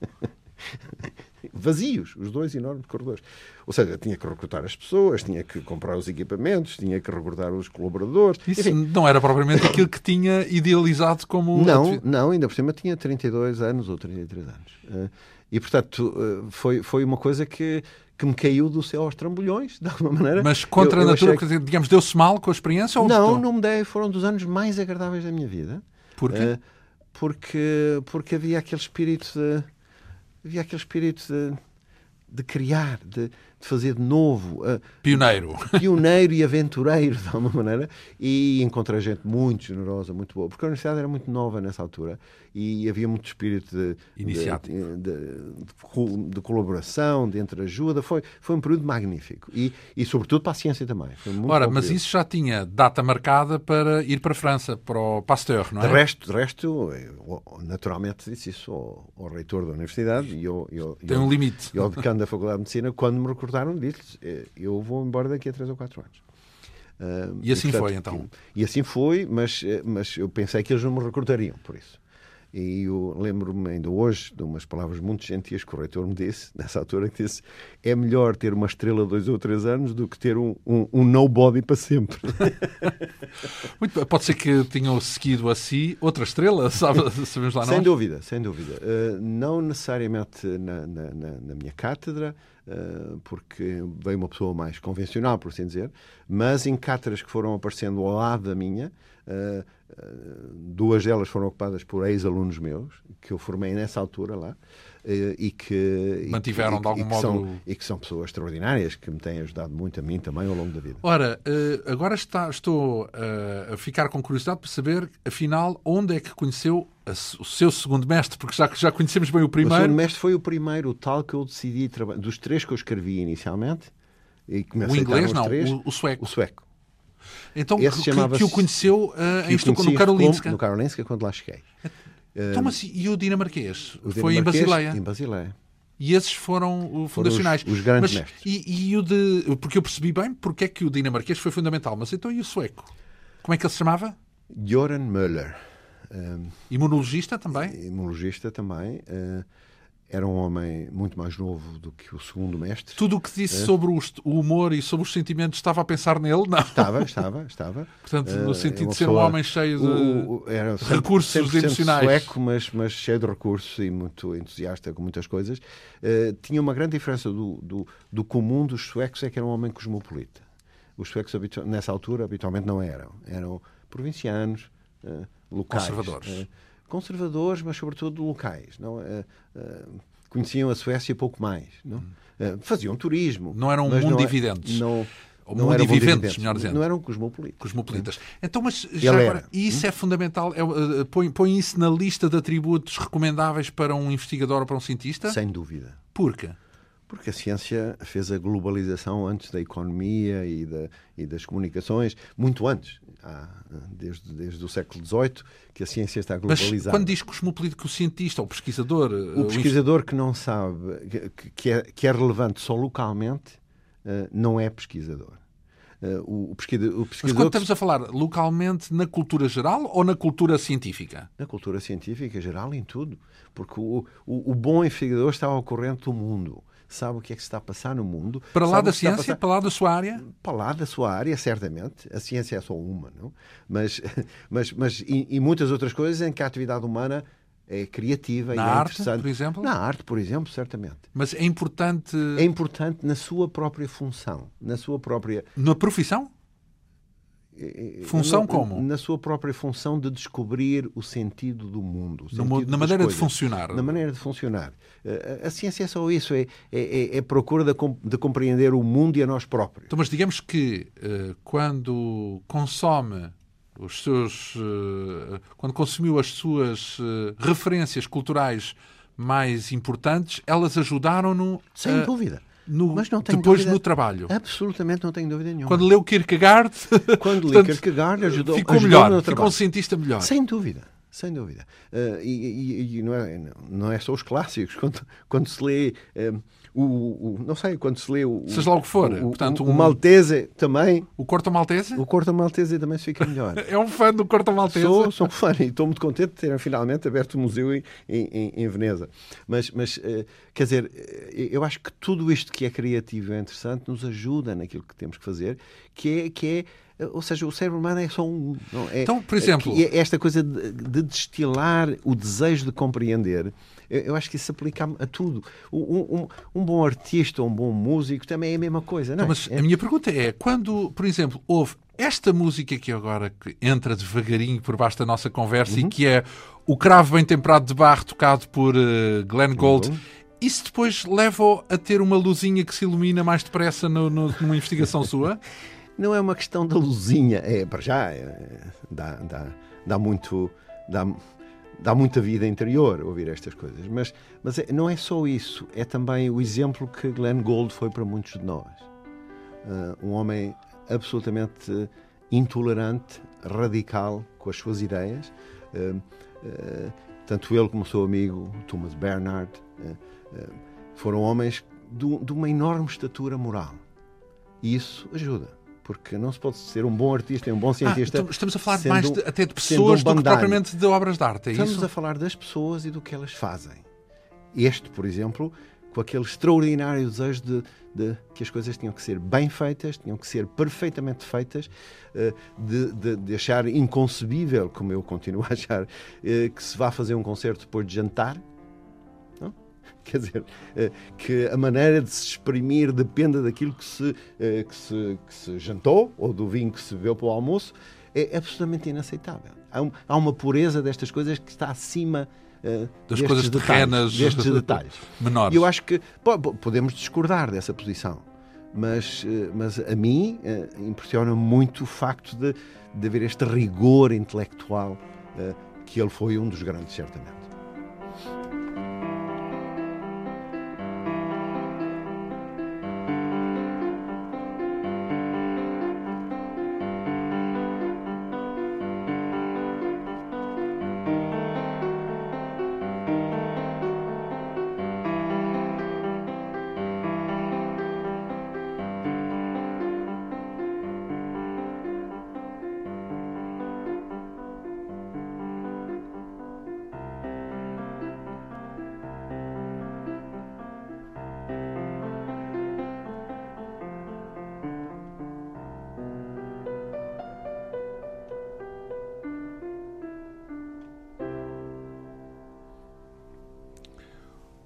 Vazios, os dois enormes corredores. Ou seja, tinha que recrutar as pessoas, tinha que comprar os equipamentos, tinha que recrutar os colaboradores.
Isso
Enfim,
não era propriamente aquilo que tinha idealizado como...
não, não, ainda por cima tinha trinta e dois anos ou trinta e três anos. Uh, E, portanto, uh, foi, foi uma coisa que, que me caiu do céu aos trambolhões, de alguma maneira.
Mas contra
eu, eu
a natura,
achei...
que, digamos, deu-se mal com a experiência? Ou
Não,
gostou?
não me dei. Foram dos anos mais agradáveis da minha vida.
Porquê?
Uh, porque, porque havia aquele espírito de... Havia aquele espírito de, de criar, de, de fazer de novo. Uh,
Pioneiro.
Pioneiro e aventureiro, de alguma maneira. E encontrei gente muito generosa, muito boa. Porque a universidade era muito nova nessa altura e havia muito espírito de,
Iniciático.
de, de, de, de colaboração, de entreajuda. Foi, foi um período magnífico. E, e sobretudo, para a ciência também. Foi muito
Ora,
bom
mas
período.
isso já tinha data marcada para ir para a França, para o Pasteur, não é?
De resto, de resto, eu, naturalmente disse isso ao, ao reitor da universidade e ao, e ao,
Tem um limite.
e ao decano da Faculdade de Medicina, quando me recrutaram, disse: eu vou embora daqui a três ou quatro anos. Uh,
E assim
portanto,
foi, então?
E assim foi, mas, mas eu pensei que eles não me recrutariam por isso. E eu lembro-me ainda hoje de umas palavras muito gentis que o reitor me disse, nessa altura, que disse: é melhor ter uma estrela dois ou três anos do que ter um, um, um nobody para sempre.
Muito bem. Pode ser que tenham seguido a si outra estrela, sabe, sabemos lá
Sem
nós?
dúvida, sem dúvida. Uh, não necessariamente na, na, na, na minha cátedra, uh, porque veio uma pessoa mais convencional, por assim dizer, mas em cátedras que foram aparecendo ao lado da minha, uh, uh, duas delas foram ocupadas por ex-alunos meus, que eu formei nessa altura lá, uh, e que...
Mantiveram,
e,
de algum
e que
modo...
São, e que são pessoas extraordinárias, que me têm ajudado muito a mim também ao longo da vida.
Ora, uh, agora está, estou uh, a ficar com curiosidade para saber, afinal, onde é que conheceu a, o seu segundo mestre, porque já, já conhecemos bem o
O
primeiro.
segundo mestre foi o primeiro, o tal que eu decidi trabalhar, dos três que eu escrevi inicialmente, e que me
O inglês,
aceitaram os
não,
três,
o, o sueco.
o sueco.
Então,
Esse
que,
chamava-se-
que o conheceu uh,
Que
em
eu
Estocolmo,
conheci
no Karolinska.
No Karolinska, quando lá cheguei.
Então, mas, e o dinamarquês?
O
Foi em
dinamarquês,
Basileia.
Em Basileia.
E esses foram uh, fundacionais.
os- os grandes
mas,
mestres.
E, e o de... Porque eu percebi bem porque é que o dinamarquês foi fundamental. Mas então e o sueco? Como é que ele se chamava?
Göran Möller, um,
Imunologista também?
imunologista também. Uh, era um homem muito mais novo do que o segundo mestre.
Tudo o que disse é. sobre o humor e sobre os sentimentos, estava a pensar nele? Não.
Estava, estava, estava.
Portanto, no
uh,
sentido de ser um homem cheio de o, o, era cem, recursos cem por cento emocionais.
Sueco, mas, mas cheio de recursos e muito entusiasta com muitas coisas. Uh, tinha uma grande diferença do, do, do comum dos suecos, é que era um homem cosmopolita. Os suecos, nessa altura, habitualmente não eram. Eram provincianos, uh, locais.
Conservadores.
Uh, conservadores, mas sobretudo locais. Não? Uh, uh, conheciam a Suécia pouco mais. Não? Uh, faziam turismo.
Não eram mundividentes.
Não,
Ou não mundiviventes, melhor dizendo.
Não eram cosmopolitas.
Cosmopolitas. Então, mas já agora, isso é fundamental? É, uh, põe, põe isso na lista de atributos recomendáveis para um investigador ou para um cientista?
Sem dúvida.
Por quê?
Porque a ciência fez a globalização antes da economia e, da, e das comunicações, muito antes, há, desde, desde o século dezoito, que a ciência está globalizada.
Mas quando diz cosmopolita, o cientista ou o pesquisador...
O pesquisador o... que não sabe, que, que, é, que é relevante só localmente, uh, não é pesquisador. Uh, o, o, pesquisador, o pesquisador
Mas quando estamos a falar localmente na cultura geral ou na cultura científica?
Na cultura científica geral, em tudo. Porque o, o, o bom investigador está ao corrente do mundo. Sabe o que é que se está a passar no mundo.
Para lá da ciência? Para lá da sua área?
Para lá da sua área, certamente. A ciência é só uma, não? Mas, mas, mas e, e muitas outras coisas em que a atividade humana é criativa
na
e é
arte,
interessante.
Por exemplo?
Na arte, por exemplo, certamente.
Mas é importante...
É importante na sua própria função, na sua própria...
Na profissão? Função
na,
como?
Na sua própria função de descobrir o sentido do mundo.
Sentido na maneira coisas, de funcionar.
Na maneira de funcionar. A, a ciência é só isso, é, é, é a procura de, de compreender o mundo e a nós próprios.
Então, mas digamos que uh, quando consome os seus... Uh, quando consumiu as suas uh, referências culturais mais importantes, elas ajudaram-no...
Sem
uh,
dúvida.
No,
Mas não tenho
depois
dúvida,
no trabalho.
Absolutamente não tenho dúvida nenhuma.
Quando leu Kierkegaard,
Quando leu Kierkegaard ajudou,
ficou
ajudou
melhor,
no
ficou
trabalho.
um cientista melhor.
Sem dúvida, sem dúvida. Uh, e e, e não, é, não é só os clássicos. Quando, quando se lê um, o, o, não sei, quando se lê o,
seja lá o que for,
o,
portanto,
o,
um,
o Maltese também.
O Corto Maltese?
O Corto Maltese também se fica melhor.
É um fã do Corto Maltese?
Sou, sou um fã e estou muito contente de terem finalmente aberto o museu em, em, em Veneza. Mas, mas uh, quer dizer, eu acho que tudo isto que é criativo e é interessante nos ajuda naquilo que temos que fazer, que é, que é ou seja, o cérebro humano é só um... Não, é,
então, por exemplo...
É esta coisa de, de destilar o desejo de compreender, eu, eu acho que isso se aplica a, a tudo. Um, um, um bom artista, um bom músico, também é a mesma coisa, não é?
Então, mas
é...
a minha pergunta é, quando, por exemplo, houve esta música que agora que entra devagarinho por baixo da nossa conversa uhum. e que é o Cravo Bem Temperado de Barro, tocado por uh, Glenn Gould, uhum. isso depois leva-o a ter uma luzinha que se ilumina mais depressa no, no, numa investigação sua?
Não é uma questão da luzinha, é para já, é, dá, dá, dá, muito, dá, dá muita vida interior ouvir estas coisas, mas, mas é, não é só isso, é também o exemplo que Glenn Gould foi para muitos de nós. Uh, um homem absolutamente intolerante, radical com as suas ideias, uh, uh, tanto ele como o seu amigo Thomas Bernhard uh, uh, foram homens de, de uma enorme estatura moral, e isso ajuda. Porque não se pode ser um bom artista e um bom cientista...
Ah, então estamos a falar
sendo,
mais de, até de pessoas um do que propriamente de obras de arte, é
estamos
isso?
Estamos a falar das pessoas e do que elas fazem. Este, por exemplo, com aquele extraordinário desejo de, de que as coisas tinham que ser bem feitas, tinham que ser perfeitamente feitas, de, de, de achar inconcebível, como eu continuo a achar, que se vá fazer um concerto depois de jantar. Quer dizer, que a maneira de se exprimir dependa daquilo que se, que se, que se jantou ou do vinho que se bebeu para o almoço, é absolutamente inaceitável. Há, um, há uma pureza destas coisas que está acima uh,
das coisas terrenas,
destes detalhes
menores.
E eu acho que pô, podemos discordar dessa posição, mas, mas a mim uh, impressiona muito o facto de, de haver este rigor intelectual, uh, que ele foi um dos grandes, certamente.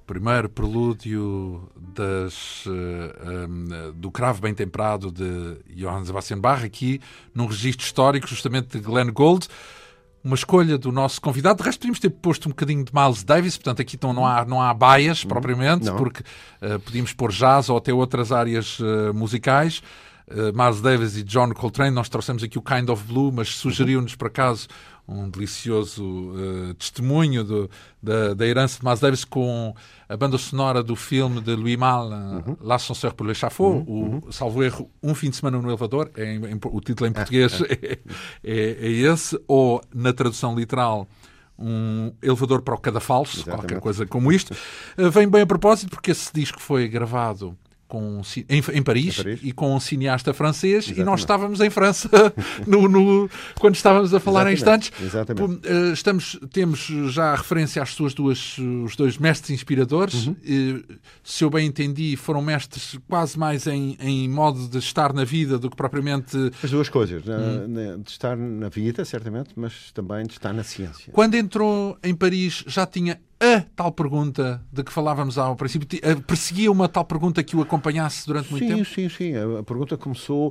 primeiro prelúdio das, uh, um, do Cravo Bem Temperado de Johann Sebastian Bach, aqui num registro histórico justamente de Glenn Gould, uma escolha do nosso convidado. De resto, podíamos ter posto um bocadinho de Miles Davis, portanto aqui então, não há, não há baias propriamente, não. Porque uh, podíamos pôr jazz ou até outras áreas uh, musicais. Uh, Miles Davis e John Coltrane, nós trouxemos aqui o Kind of Blue, mas sugeriu-nos por acaso um delicioso uh, testemunho do, da, da herança de Miles Davis com a banda sonora do filme de Louis Malle, uhum. L'Ascenseur pour l'Échafaud, uhum. o, salvo erro, Um Fim de Semana no Elevador, é em, em, o título em português ah, ah. É, é, é esse, ou na tradução literal, Um Elevador para o Cadafalso, Exatamente. Qualquer coisa como isto. Uh, vem bem a propósito, porque esse disco foi gravado com, em, em, Paris, em Paris e com um cineasta francês. Exatamente. E nós estávamos em França no, no, quando estávamos a falar Exatamente. Em instantes.
Exatamente.
Estamos, temos já a referência às suas duas, os dois mestres inspiradores. Uhum. Se eu bem entendi, foram mestres quase mais em, em modo de estar na vida do que propriamente...
As duas coisas. Hum. De estar na vida, certamente, mas também de estar na ciência.
Quando entrou em Paris, já tinha a tal pergunta de que falávamos ao princípio? Perseguia uma tal pergunta que o acompanhasse durante muito
sim,
tempo?
Sim, sim, sim. A pergunta começou...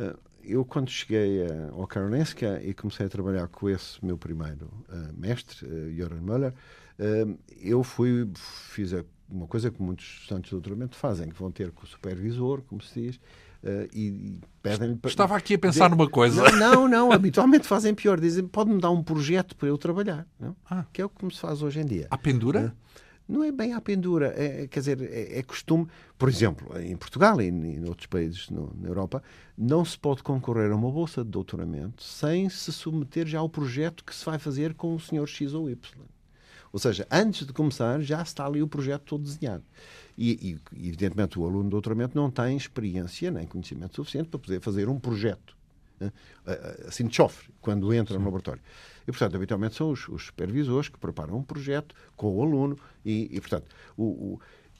Eu, quando cheguei ao Karolinska e comecei a trabalhar com esse meu primeiro uh, mestre, uh, Joran Müller, uh, eu fui, fiz uma coisa que muitos estudantes de doutoramento fazem, que vão ter com o supervisor, como se diz, uh, e, e pedem-lhe... Para...
Estava aqui a pensar de... numa coisa.
Não, não, não, habitualmente fazem pior. Dizem, pode-me dar um projeto para eu trabalhar, não? Ah. Que é o que se faz hoje em dia.
À pendura?
Uh, Não é bem à pendura, é, quer dizer, é, é costume, por exemplo, em Portugal e em outros países no, na Europa, não se pode concorrer a uma bolsa de doutoramento sem se submeter já ao projeto que se vai fazer com o senhor X ou Y. Ou seja, antes de começar, já está ali o projeto todo desenhado. E, e evidentemente, o aluno de doutoramento não tem experiência nem conhecimento suficiente para poder fazer um projeto, né? Assim de chofre, quando entra Sim. no laboratório. E, portanto, habitualmente são os, os supervisores que preparam um projeto com o aluno e, e portanto, o, o,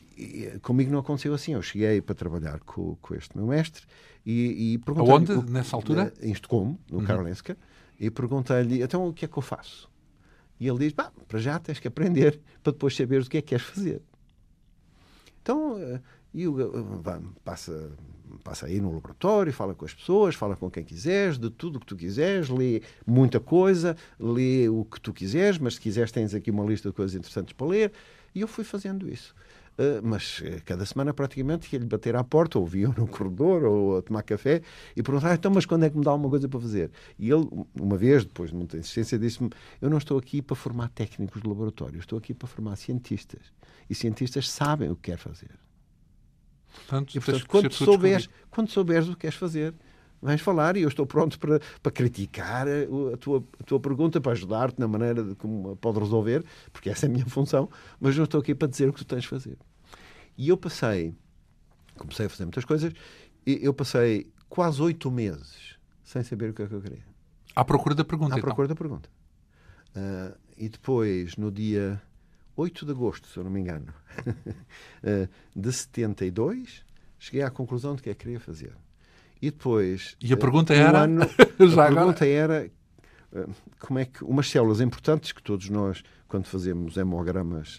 e, comigo não aconteceu assim. Eu cheguei para trabalhar com, com este meu mestre e, e perguntei...
Aonde, o, nessa altura?
Em Estocolmo, no uhum. Karolinska, e perguntei-lhe, então, o que é que eu faço? E ele diz, pá, para já tens que aprender para depois saberes o que é que queres fazer. Então, e eu, vá, passa... Passa aí no laboratório, fala com as pessoas, fala com quem quiseres, de tudo o que tu quiseres, lê muita coisa, lê o que tu quiseres, mas se quiseres tens aqui uma lista de coisas interessantes para ler. E eu fui fazendo isso. Uh, mas uh, cada semana praticamente ia-lhe bater à porta, ou via no corredor, ou a tomar café, e perguntar, então, mas quando é que me dá alguma coisa para fazer? E ele, uma vez, depois de muita insistência, disse-me, eu não estou aqui para formar técnicos de laboratório, estou aqui para formar cientistas. E cientistas sabem o que quer fazer.
Portanto,
e, portanto quando, souberes, quando souberes o que queres fazer, vens falar e eu estou pronto para, para criticar a, a, tua, a tua pergunta, para ajudar-te na maneira de como a pode resolver, porque essa é a minha função, mas eu estou aqui para dizer o que tu tens de fazer. E eu passei, comecei a fazer muitas coisas, e eu passei quase oito meses sem saber o que é que eu queria.
À procura da pergunta,
À
então.
procura da pergunta. Uh, e depois, no dia... oito de agosto, se eu não me engano, de setenta e dois, cheguei à conclusão de que é que queria fazer. E depois...
E a pergunta
um
era...
Ano,
Já
a
agora...
pergunta era como é que umas células importantes que todos nós, quando fazemos hemogramas,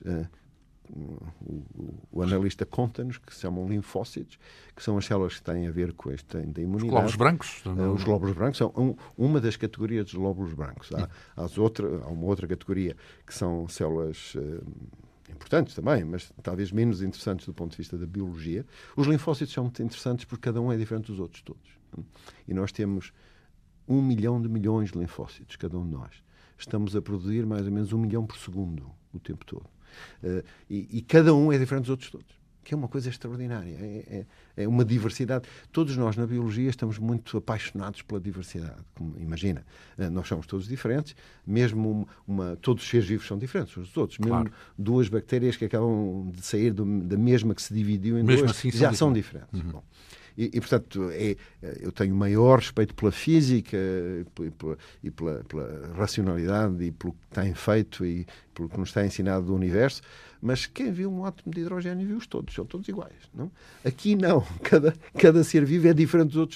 o, o, o analista conta-nos, que se chamam linfócitos, que são as células que têm a ver com este da imunidade.
Os glóbulos brancos?
Uh, os glóbulos brancos são um, uma das categorias dos glóbulos brancos. Há, há, outra, há uma outra categoria que são células uh, importantes também, mas talvez menos interessantes do ponto de vista da biologia. Os linfócitos são muito interessantes porque cada um é diferente dos outros todos. E nós temos um milhão de milhões de linfócitos, cada um de nós. Estamos a produzir mais ou menos um milhão por segundo o tempo todo. Uh, e, e cada um é diferente dos outros todos, que é uma coisa extraordinária, é, é, é uma diversidade. Todos nós na biologia estamos muito apaixonados pela diversidade. Como, imagina, uh, nós somos todos diferentes, mesmo uma, uma, todos os seres vivos são diferentes uns dos outros, mesmo claro. Duas bactérias que acabam de sair do, da mesma que se dividiu em mesmo duas, assim já são diferentes. São diferentes. Uhum. Bom, E, e, portanto, é, eu tenho maior respeito pela física e, pela, e pela, pela racionalidade e pelo que tem feito e pelo que nos está ensinado do universo, mas quem viu um átomo de hidrogênio viu-os todos, são todos iguais. Não? Aqui não, cada, cada ser vivo é diferente dos outros todos.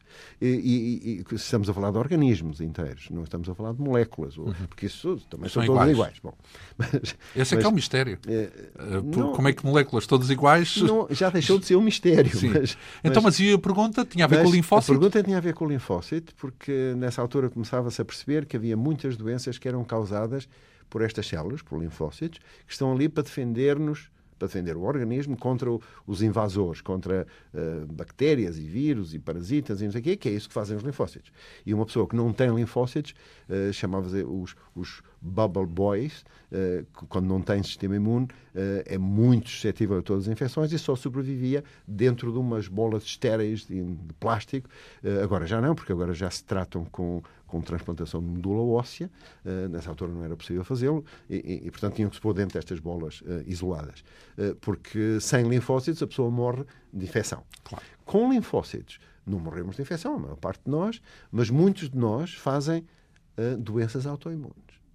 E, e, e estamos a falar de organismos inteiros, não estamos a falar de moléculas, uhum. porque isso também são, são todas iguais. iguais. Bom,
mas, Esse é mas, que é o mistério. É, não, como é que moléculas todas iguais...
Não, já deixou de ser um mistério. Mas,
então, mas, mas e a pergunta tinha a ver com o linfócito?
A pergunta tinha a ver com o linfócito, porque nessa altura começava-se a perceber que havia muitas doenças que eram causadas por estas células, por linfócitos, que estão ali para defender-nos, para defender o organismo contra o, os invasores, contra uh, bactérias e vírus e parasitas e não sei o quê, que é isso que fazem os linfócitos. E uma pessoa que não tem linfócitos, uh, chamava-se os, os bubble boys, uh, quando não tem sistema imune, uh, é muito suscetível a todas as infecções e só sobrevivia dentro de umas bolas estéreis de, de plástico. Uh, agora já não, porque agora já se tratam com com transplantação de medula óssea, uh, nessa altura não era possível fazê-lo, e, e, e portanto tinham que se pôr dentro destas bolas uh, isoladas. Uh, porque sem linfócitos a pessoa morre de infecção.
Claro.
Com linfócitos não morremos de infecção, a maior parte de nós, mas muitos de nós fazem uh, doenças autoimunes.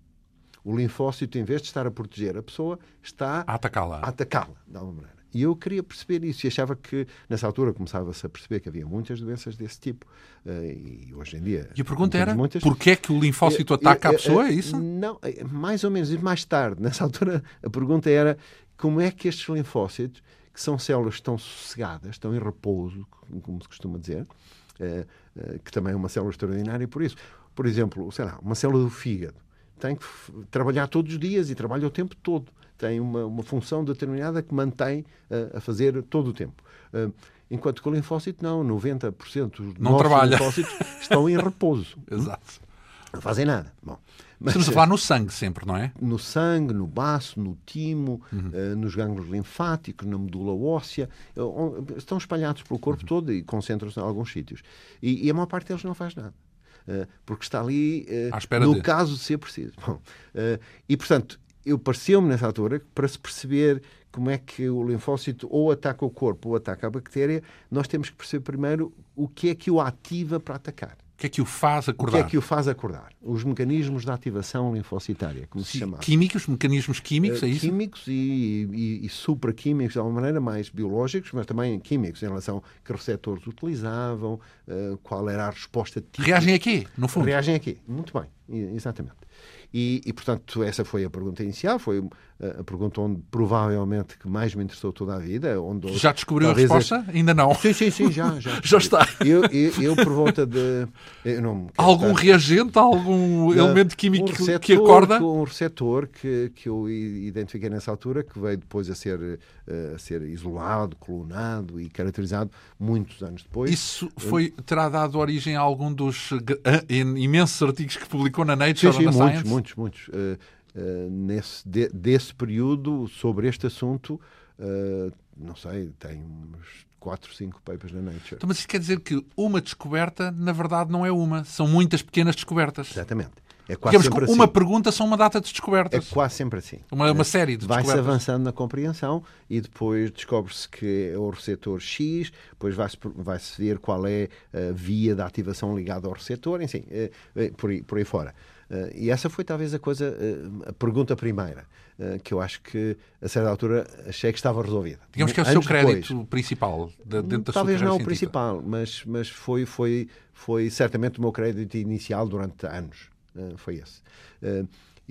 O linfócito, em vez de estar a proteger a pessoa, está
a atacá-la.
A atacá-la, de alguma maneira. E eu queria perceber isso e achava que, nessa altura, começava-se a perceber que havia muitas doenças desse tipo. Uh, e hoje em dia...
E a pergunta era,
muitas...
porquê é que o linfócito ataca a pessoa? É isso?
Não, mais ou menos. E mais tarde, nessa altura, a pergunta era como é que estes linfócitos, que são células que estão sossegadas, estão em repouso, como se costuma dizer, uh, uh, que também é uma célula extraordinária por isso. Por exemplo, sei lá, uma célula do fígado tem que trabalhar todos os dias e trabalha o tempo todo. Tem uma, uma função determinada que mantém uh, a fazer todo o tempo. Uh, enquanto que o linfócito, não. noventa por cento dos
não
nossos
trabalha.
linfócitos estão em repouso.
Exato.
Não fazem nada. Bom,
mas, estamos a falar no sangue sempre, não é?
No sangue, no baço, no timo,
uhum.
uh, nos gânglios linfáticos, na medula óssea. Uh, estão espalhados pelo corpo uhum. todo e concentram-se em alguns sítios. E, e a maior parte deles não faz nada. Uh, porque está ali uh, no
de...
caso de ser preciso. Bom, uh, e, portanto, eu pareceu-me nessa altura que para se perceber como é que o linfócito ou ataca o corpo ou ataca a bactéria, nós temos que perceber primeiro o que é que o ativa para atacar.
O que é que o faz acordar?
O que é que o faz acordar? Os mecanismos de ativação linfocitária, como se chama.
Químicos, mecanismos químicos, é isso?
Químicos e, e, e supraquímicos, de alguma maneira, mais biológicos, mas também químicos, em relação a que receptores utilizavam, uh, qual era a resposta típica.
Reagem aqui, no fundo.
Reagem aqui, muito bem, exatamente. E, e, portanto, essa foi a pergunta inicial, foi a, a pergunta onde provavelmente que mais me interessou toda a vida. Onde,
já descobriu a resposta? A... Ainda não.
Sim, sim, sim, já. Já,
já está.
Eu, eu, eu por volta de... Eu não
algum
estar...
reagente, algum uh, elemento químico
um receptor,
que acorda?
Um receptor que, que eu identifiquei nessa altura, que veio depois a ser, uh, a ser isolado, clonado e caracterizado muitos anos depois.
Isso foi, terá dado origem a algum dos uh, imensos artigos que publicou na Nature
sim,
ou
sim,
na
muitos,
Science?
Muitos, muitos. Uh, uh, nesse, de, desse período, sobre este assunto, uh, não sei, tem uns quatro, cinco papers na Nature.
Então, mas isso quer dizer que uma descoberta, na verdade, não é uma. São muitas pequenas descobertas.
Exatamente. É quase
Digamos
sempre
que uma
assim.
pergunta são uma data de descobertas.
É quase sempre assim.
Uma, uma série de
vai-se
descobertas.
Vai-se avançando na compreensão e depois descobre-se que é o receptor X, depois vai-se, vai-se ver qual é a via de ativação ligada ao receptor, enfim, é, é, por, aí, por aí fora. Uh, e essa foi talvez a coisa, uh, a pergunta primeira, uh, que eu acho que a certa altura achei que estava resolvida.
Digamos que é o
Anos
seu crédito
depois,
principal de, dentro da
talvez
sua
não o
científica.
principal, mas, mas foi, foi, foi certamente o meu crédito inicial durante anos. Uh, foi esse. Uh,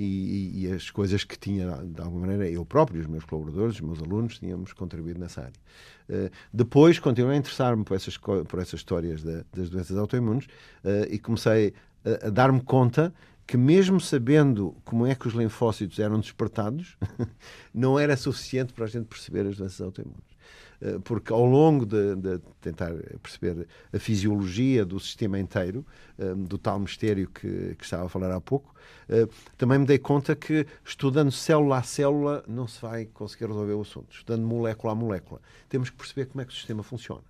e, e as coisas que tinha, de alguma maneira, eu próprio, os meus colaboradores, os meus alunos, tínhamos contribuído nessa área. Uh, depois continuei a interessar-me por essas, por essas histórias de, das doenças autoimunes uh, e comecei a, a dar-me conta que mesmo sabendo como é que os linfócitos eram despertados, não era suficiente para a gente perceber as doenças autoimunes. Porque ao longo de, de tentar perceber a fisiologia do sistema inteiro, do tal mistério que, que estava a falar há pouco, também me dei conta que estudando célula a célula não se vai conseguir resolver o assunto. Estudando molécula a molécula, temos que perceber como é que o sistema funciona.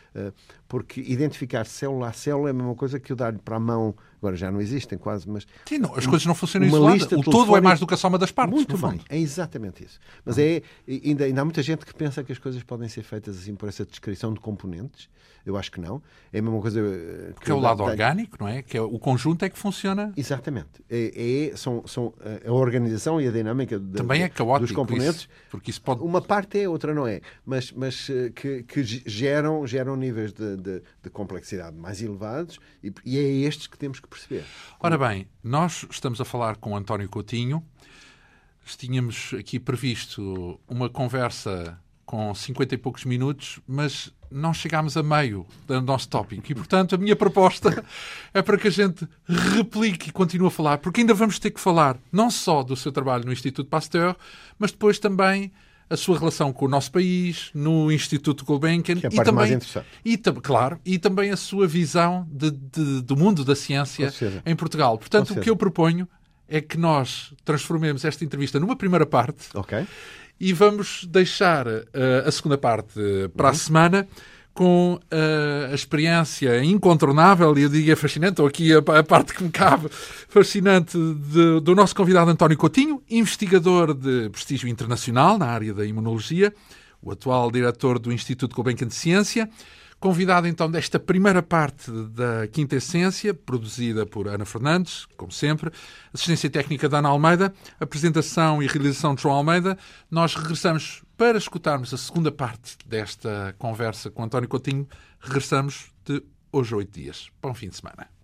Porque identificar célula a célula é a mesma coisa que eu dar-lhe para a mão, agora já não existem quase, mas...
Sim, não, as coisas não funcionam isoladas. O todo é mais do que a soma das partes.
Muito bem, é exatamente isso. Mas é, ainda, ainda há muita gente que pensa que as coisas podem ser feitas assim por essa descrição de componentes. Eu acho que não. É a mesma coisa...
Que, que é o lado orgânico, não é? Que é o conjunto é que funciona.
Exatamente. É, é, são, são a organização e a dinâmica de,
também é caótico
dos componentes.
Isso, porque isso pode...
Uma parte é, outra não é. Mas, mas que, que geram, geram níveis de, de, de complexidade mais elevados e, e é estes que temos que perceber.
Ora bem, nós estamos a falar com António Coutinho. Tínhamos aqui previsto uma conversa com cinquenta e poucos minutos, mas não chegámos a meio do nosso tópico. E, portanto, a minha proposta é para que a gente replique e continue a falar, porque ainda vamos ter que falar não só do seu trabalho no Instituto Pasteur, mas depois também a sua relação com o nosso país, no Instituto Gulbenkian.
Que é a
e
parte
também,
mais interessante.
E, claro, e também a sua visão de, de, do mundo da ciência em Portugal. Portanto, o que eu proponho é que nós transformemos esta entrevista numa primeira parte.
Ok.
E vamos deixar uh, a segunda parte para uhum. a semana com uh, a experiência incontornável, e eu digo é fascinante, estou aqui a, a parte que me cabe, fascinante, de, do nosso convidado António Coutinho, investigador de prestígio internacional na área da imunologia, o atual diretor do Instituto Gulbenkian de Ciência, convidado então desta primeira parte da Quinta Essência, produzida por Ana Fernandes, como sempre, assistência técnica da Ana Almeida, apresentação e realização de João Almeida. Nós regressamos para escutarmos a segunda parte desta conversa com António Coutinho. Regressamos de hoje a oito dias. Bom fim de semana.